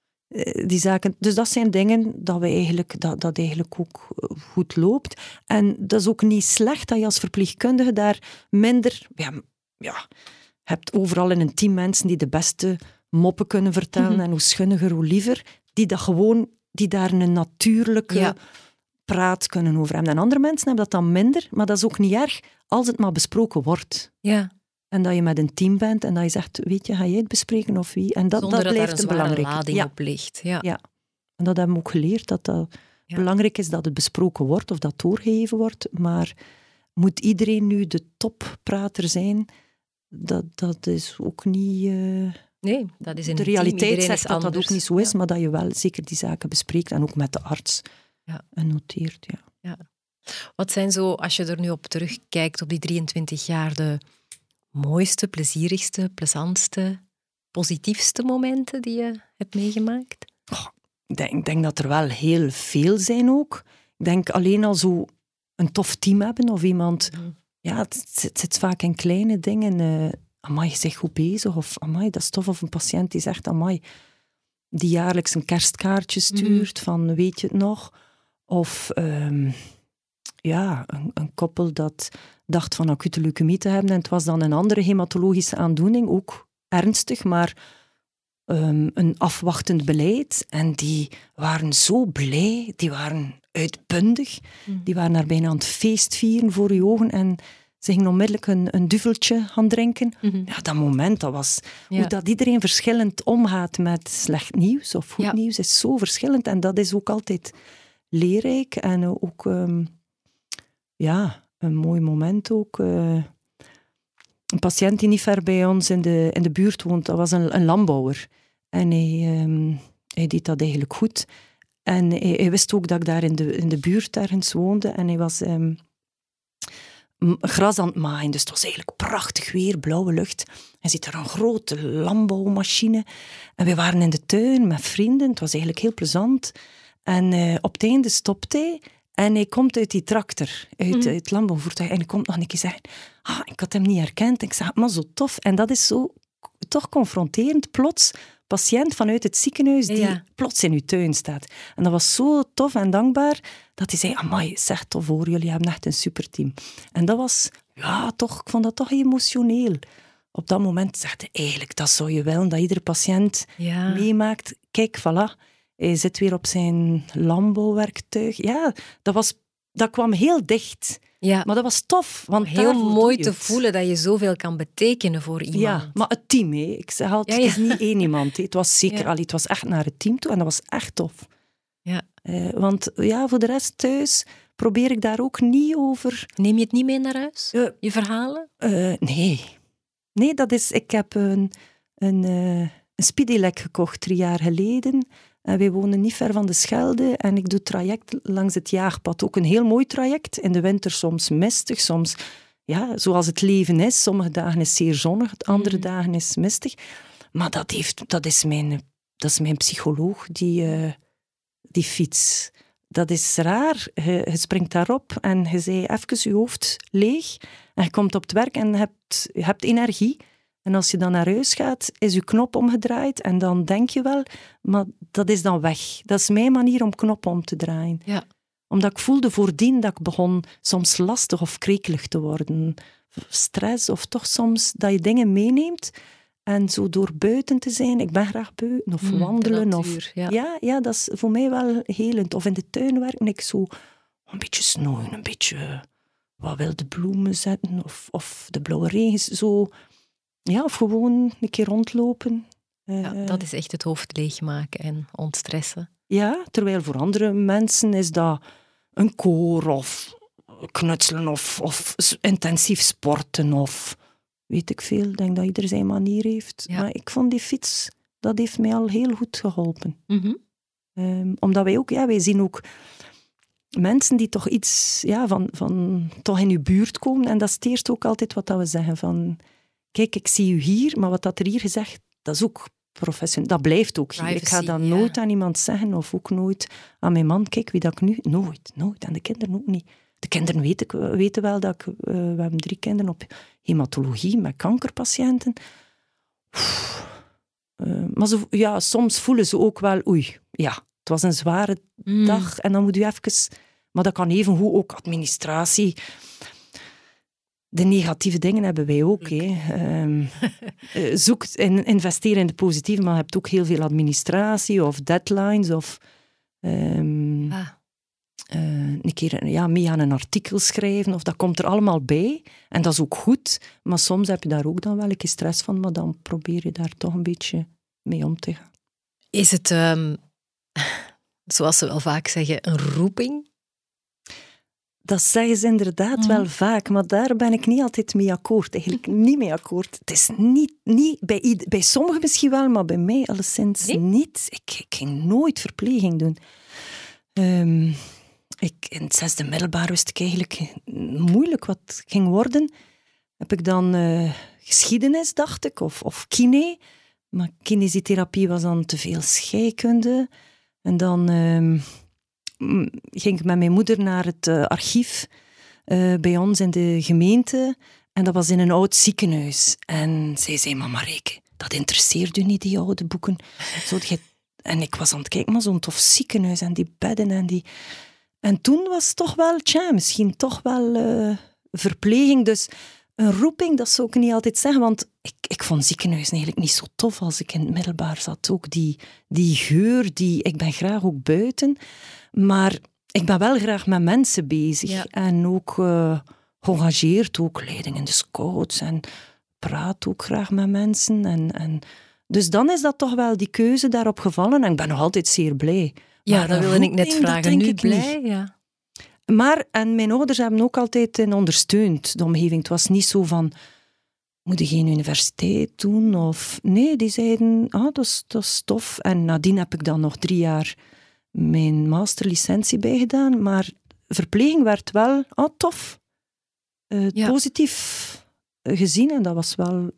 Speaker 3: uh, die zaken... Dus dat zijn dingen dat, we eigenlijk, dat, dat eigenlijk ook goed loopt. En dat is ook niet slecht dat je als verpleegkundige daar minder... Ja, ja, je hebt overal in een team mensen die de beste moppen kunnen vertellen, mm-hmm. en hoe schunniger, hoe liever, die, dat gewoon, die daar een natuurlijke
Speaker 4: ja.
Speaker 3: praat kunnen over hebben. En andere mensen hebben dat dan minder, maar dat is ook niet erg als het maar besproken wordt.
Speaker 4: Ja.
Speaker 3: En dat je met een team bent en dat je zegt, weet je, ga jij het bespreken of wie? En dat,
Speaker 4: Zonder
Speaker 3: dat blijft
Speaker 4: dat er
Speaker 3: een
Speaker 4: een zware
Speaker 3: belangrijke
Speaker 4: lading
Speaker 3: ja.
Speaker 4: op ligt. Ja.
Speaker 3: ja. En dat hebben we ook geleerd, dat dat ja. belangrijk is dat het besproken wordt of dat doorgegeven wordt, maar je moet iedereen nu de topprater zijn? Dat, dat is ook niet... Uh,
Speaker 4: nee, dat is in
Speaker 3: de
Speaker 4: een
Speaker 3: realiteit
Speaker 4: team.
Speaker 3: zegt dat
Speaker 4: anders.
Speaker 3: dat ook niet zo is,
Speaker 4: ja.
Speaker 3: maar dat je wel zeker die zaken bespreekt en ook met de arts
Speaker 4: ja.
Speaker 3: en noteert. Ja.
Speaker 4: Ja. Wat zijn zo, als je er nu op terugkijkt, op die drieëntwintig jaar, de mooiste, plezierigste, plezantste, positiefste momenten die je hebt meegemaakt?
Speaker 3: Oh, ik, denk, ik denk dat er wel heel veel zijn ook. Ik denk alleen al zo een tof team hebben of iemand... Mm. Ja, het, het zit vaak in kleine dingen. Uh, amai, je bent goed bezig. Of amai, dat is tof. Of een patiënt die zegt, amai, die jaarlijks een kerstkaartje stuurt mm. van weet je het nog? Of um, ja, een, een koppel dat dacht van acute leukemie te hebben en het was dan een andere hematologische aandoening, ook ernstig, maar um, een afwachtend beleid. En die waren zo blij, die waren uitbundig, mm. die waren daar bijna aan het feestvieren voor je ogen en ze gingen onmiddellijk een, een duveltje gaan drinken. Mm-hmm. Ja, dat moment, dat was... Ja. Hoe dat iedereen verschillend omgaat met slecht nieuws of goed ja. nieuws, is zo verschillend. En dat is ook altijd leerrijk. En ook... Um, ja, een mooi moment ook. Uh, een patiënt die niet ver bij ons in de, in de buurt woont, dat was een, een landbouwer. En hij, um, hij deed dat eigenlijk goed. En hij, hij wist ook dat ik daar in de, in de buurt ergens woonde. En hij was... Um, gras aan het maaien, dus het was eigenlijk prachtig weer, blauwe lucht. Hij ziet er een grote landbouwmachine. En we waren in de tuin met vrienden, het was eigenlijk heel plezant. En uh, op het einde stopt hij en hij komt uit die tractor, uit mm. het landbouwvoertuig. En hij komt nog een keer zeggen, ah, ik had hem niet herkend. Ik zeg, maar zo tof. En dat is zo toch confronterend, plots... patiënt vanuit het ziekenhuis die ja. plots in uw tuin staat. En dat was zo tof en dankbaar dat hij zei, amai, zeg tof hoor, jullie hebben echt een superteam. En dat was, ja, toch, ik vond dat toch emotioneel. Op dat moment zegt hij, eigenlijk, dat zou je willen, dat iedere patiënt ja. meemaakt. Kijk, voilà, hij zit weer op zijn landbouwwerktuig. Ja, dat, was, dat kwam heel dicht. Ja. Maar dat was tof. Want
Speaker 4: heel mooi te voelen dat je zoveel kan betekenen voor iemand.
Speaker 3: Ja, maar het team, hè. Ik zeg altijd, ja, ja. het is niet één iemand. Hè. Het was zeker, ja. allee, het was echt naar het team toe en dat was echt tof.
Speaker 4: Ja.
Speaker 3: Uh, want ja, voor de rest thuis probeer ik daar ook niet over...
Speaker 4: Neem je het niet mee naar huis? Uh, je verhalen?
Speaker 3: Uh, nee. Nee, dat is... Ik heb een, een, uh, een Speedylec gekocht drie jaar geleden... En wij wonen niet ver van de Schelde en ik doe traject langs het jaagpad. Ook een heel mooi traject. In de winter soms mistig, soms ja, zoals het leven is. Sommige dagen is zeer zonnig, andere mm. dagen is mistig. Maar dat, heeft, dat, is, mijn, dat is mijn psycholoog, die, uh, die fiets. Dat is raar. Je, je springt daarop en je zei even je hoofd leeg. En je komt op het werk en je hebt, je hebt energie. En als je dan naar huis gaat, is je knop omgedraaid en dan denk je wel, maar dat is dan weg. Dat is mijn manier om knop om te draaien.
Speaker 4: Ja.
Speaker 3: Omdat ik voelde voordien dat ik begon soms lastig of krekelig te worden. Stress of toch soms dat je dingen meeneemt en zo door buiten te zijn. Ik ben graag buiten of mm, wandelen.
Speaker 4: Natuur,
Speaker 3: of,
Speaker 4: ja.
Speaker 3: Ja, ja, dat is voor mij wel helend. Of in de tuin werken, ik zo een beetje snoeien, een beetje wat wilde bloemen zetten of, of de blauwe regens zo... Ja, of gewoon een keer rondlopen.
Speaker 4: Ja, uh, dat is echt het hoofd leegmaken en ontstressen.
Speaker 3: Ja, terwijl voor andere mensen is dat een koor of knutselen of, of intensief sporten of weet ik veel. Ik denk dat ieder zijn manier heeft. Ja. Maar ik vond die fiets, dat heeft mij al heel goed geholpen.
Speaker 4: Mm-hmm.
Speaker 3: Um, omdat wij ook, ja, wij zien ook mensen die toch iets ja, van, van toch in uw buurt komen. En dat is het eerst ook altijd wat dat we zeggen van... Kijk, ik zie u hier, maar wat dat er hier gezegd, dat is ook professioneel. Dat blijft ook hier.
Speaker 4: Privacy,
Speaker 3: ik ga dat
Speaker 4: ja.
Speaker 3: nooit aan iemand zeggen, of ook nooit aan mijn man. Kijk, wie dat ik nu... Nooit, nooit. En de kinderen ook niet. De kinderen weten, weten wel dat ik... Uh, we hebben drie kinderen op hematologie, met kankerpatiënten. Uh, maar zo, ja, soms voelen ze ook wel... Oei, ja, het was een zware mm. dag. En dan moet u even... Maar dat kan evengoed ook administratie... De negatieve dingen hebben wij ook. Um, zoek en investeer in de positieve, maar je hebt ook heel veel administratie of deadlines of um, ah. uh, een keer ja, mee aan een artikel schrijven. Of dat komt er allemaal bij. En dat is ook goed. Maar soms heb je daar ook dan wel een keer stress van, maar dan probeer je daar toch een beetje mee om te gaan.
Speaker 4: Is het, um, zoals ze wel vaak zeggen, een roeping?
Speaker 3: Dat zeggen ze inderdaad mm. wel vaak, maar daar ben ik niet altijd mee akkoord. Eigenlijk niet mee akkoord. Het is niet, niet bij, ieder, bij sommigen misschien wel, maar bij mij alleszins nee? niet. Ik, ik ging nooit verpleging doen. Um, ik, in het zesde middelbaar wist ik eigenlijk moeilijk wat ging worden. Heb ik dan uh, geschiedenis, dacht ik, of, of kine. Maar kinesietherapie was dan te veel scheikunde. En dan um, ging ik met mijn moeder naar het uh, archief uh, bij ons in de gemeente. En dat was in een oud ziekenhuis. En zij zei, mama Rijke, dat interesseert u niet, die oude boeken. Zo, je... En ik was aan het kijken, maar zo'n tof ziekenhuis en die bedden en die... En toen was het toch wel, tja, misschien toch wel uh, verpleging. Dus een roeping, dat zou ik niet altijd zeggen, want ik, ik vond ziekenhuizen eigenlijk niet zo tof als ik in het middelbaar zat. Ook die, die geur, die, ik ben graag ook buiten, maar ik ben wel graag met mensen bezig. Ja. En ook uh, geëngageerd, ook leiding in de scouts en praat ook graag met mensen. En, en, dus dan is dat toch wel die keuze daarop gevallen en ik ben nog altijd zeer blij.
Speaker 4: Ja,
Speaker 3: maar
Speaker 4: dat wilde
Speaker 3: roeping,
Speaker 4: ik net vragen. Nu blij, ja.
Speaker 3: Maar, en mijn ouders hebben ook altijd in ondersteund, de omgeving. Het was niet zo van, moet je geen universiteit doen? Of, nee, die zeiden, ah, dat is, dat is tof. En nadien heb ik dan nog drie jaar mijn masterlicentie bijgedaan. Maar verpleging werd wel, ah, tof. Uh, ja. Positief gezien en dat was wel...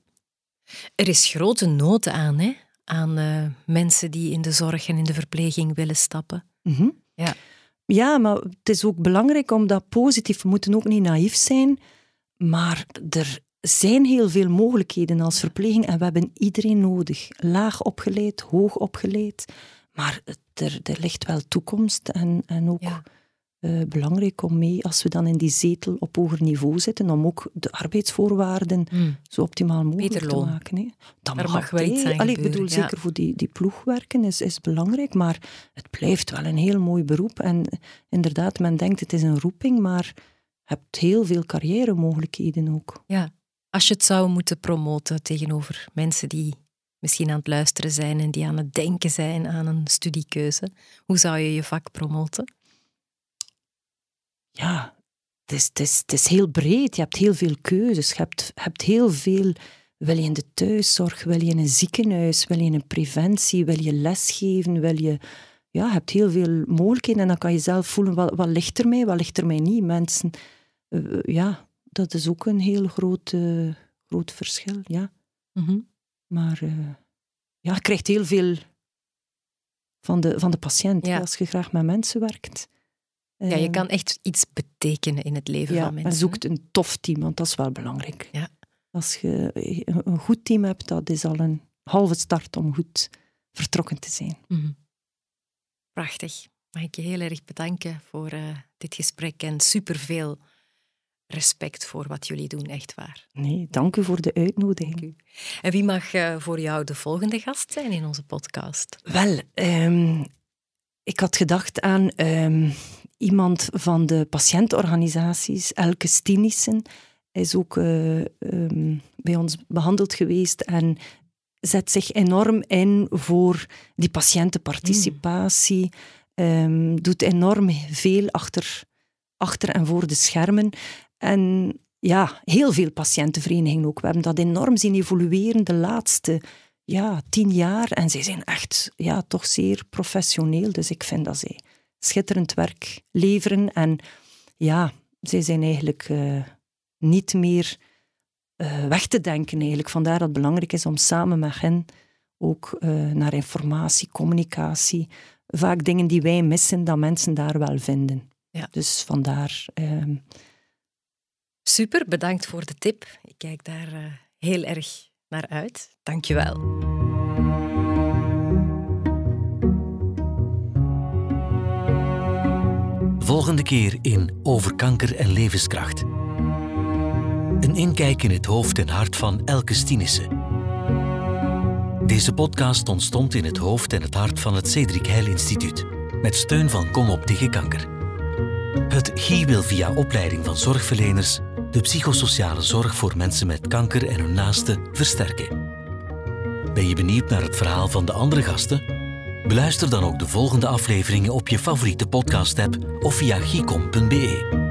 Speaker 4: Er is grote nood aan, hè? Aan uh, mensen die in de zorg en in de verpleging willen stappen.
Speaker 3: Mm-hmm.
Speaker 4: Ja.
Speaker 3: Ja, maar het is ook belangrijk om dat positief... We moeten ook niet naïef zijn, maar er zijn heel veel mogelijkheden als verpleging en we hebben iedereen nodig. Laag opgeleid, hoog opgeleid, maar er, er ligt wel toekomst en, en ook ja. uh, belangrijk om mee, als we dan in die zetel op hoger niveau zitten, om ook de arbeidsvoorwaarden mm. zo optimaal mogelijk te maken. Hè. Dat
Speaker 4: Daar
Speaker 3: mag,
Speaker 4: mag wel iets aan
Speaker 3: Allee, ik bedoel,
Speaker 4: ja.
Speaker 3: zeker voor die, die ploegwerken is, is belangrijk, maar het blijft wel een heel mooi beroep. En inderdaad, men denkt het is een roeping, maar je hebt heel veel carrière-mogelijkheden ook.
Speaker 4: Ja, als je het zou moeten promoten tegenover mensen die misschien aan het luisteren zijn en die aan het denken zijn aan een studiekeuze, hoe zou je je vak promoten?
Speaker 3: Ja, het is, het, is, het is heel breed. Je hebt heel veel keuzes. Je hebt, hebt heel veel... Wil je in de thuiszorg? Wil je in een ziekenhuis? Wil je in een preventie? Wil je lesgeven? Wil je... Ja, je hebt heel veel mogelijkheden. En dan kan je zelf voelen, wat, wat ligt er mij? Wat ligt er mij niet? Mensen... Uh, ja, dat is ook een heel groot, uh, groot verschil, ja.
Speaker 4: Mm-hmm.
Speaker 3: Maar uh, ja, je krijgt heel veel van de, van de patiënt. Ja. Als je graag met mensen werkt...
Speaker 4: Ja, je kan echt iets betekenen in het leven
Speaker 3: ja,
Speaker 4: van mensen.
Speaker 3: En zoekt een tof team, want dat is wel belangrijk.
Speaker 4: Ja.
Speaker 3: Als je een goed team hebt, dat is al een halve start om goed vertrokken te zijn.
Speaker 4: Mm-hmm. Prachtig. Mag ik je heel erg bedanken voor uh, dit gesprek en superveel respect voor wat jullie doen, echt waar.
Speaker 3: Nee, dank u voor de uitnodiging.
Speaker 4: Dank u. En wie mag uh, voor jou de volgende gast zijn in onze podcast?
Speaker 3: Wel, um, ik had gedacht aan um, iemand van de patiëntenorganisaties, Elke Stienissen. Hij is ook uh, um, bij ons behandeld geweest en zet zich enorm in voor die patiëntenparticipatie. Mm. Um, doet enorm veel achter, achter en voor de schermen. En ja, heel veel patiëntenverenigingen ook. We hebben dat enorm zien evolueren de laatste ja, tien jaar. En zij zijn echt ja, toch zeer professioneel. Dus ik vind dat zij schitterend werk leveren. En ja, zij zijn eigenlijk uh, niet meer uh, weg te denken eigenlijk. Vandaar dat het belangrijk is om samen met hen ook uh, naar informatie, communicatie, vaak dingen die wij missen, dat mensen daar wel vinden.
Speaker 4: Ja.
Speaker 3: Dus vandaar... Uh,
Speaker 4: Super, bedankt voor de tip. Ik kijk daar uh, heel erg naar uit. Dank je wel.
Speaker 1: Volgende keer in Over kanker en levenskracht. Een inkijk in het hoofd en hart van Elke Stienissen. Deze podcast ontstond in het hoofd en het hart van het Cedric Heil Instituut, met steun van Kom op tegen kanker. Het G I wil via opleiding van zorgverleners de psychosociale zorg voor mensen met kanker en hun naasten versterken. Ben je benieuwd naar het verhaal van de andere gasten? Beluister dan ook de volgende afleveringen op je favoriete podcast-app of via gicom punt be.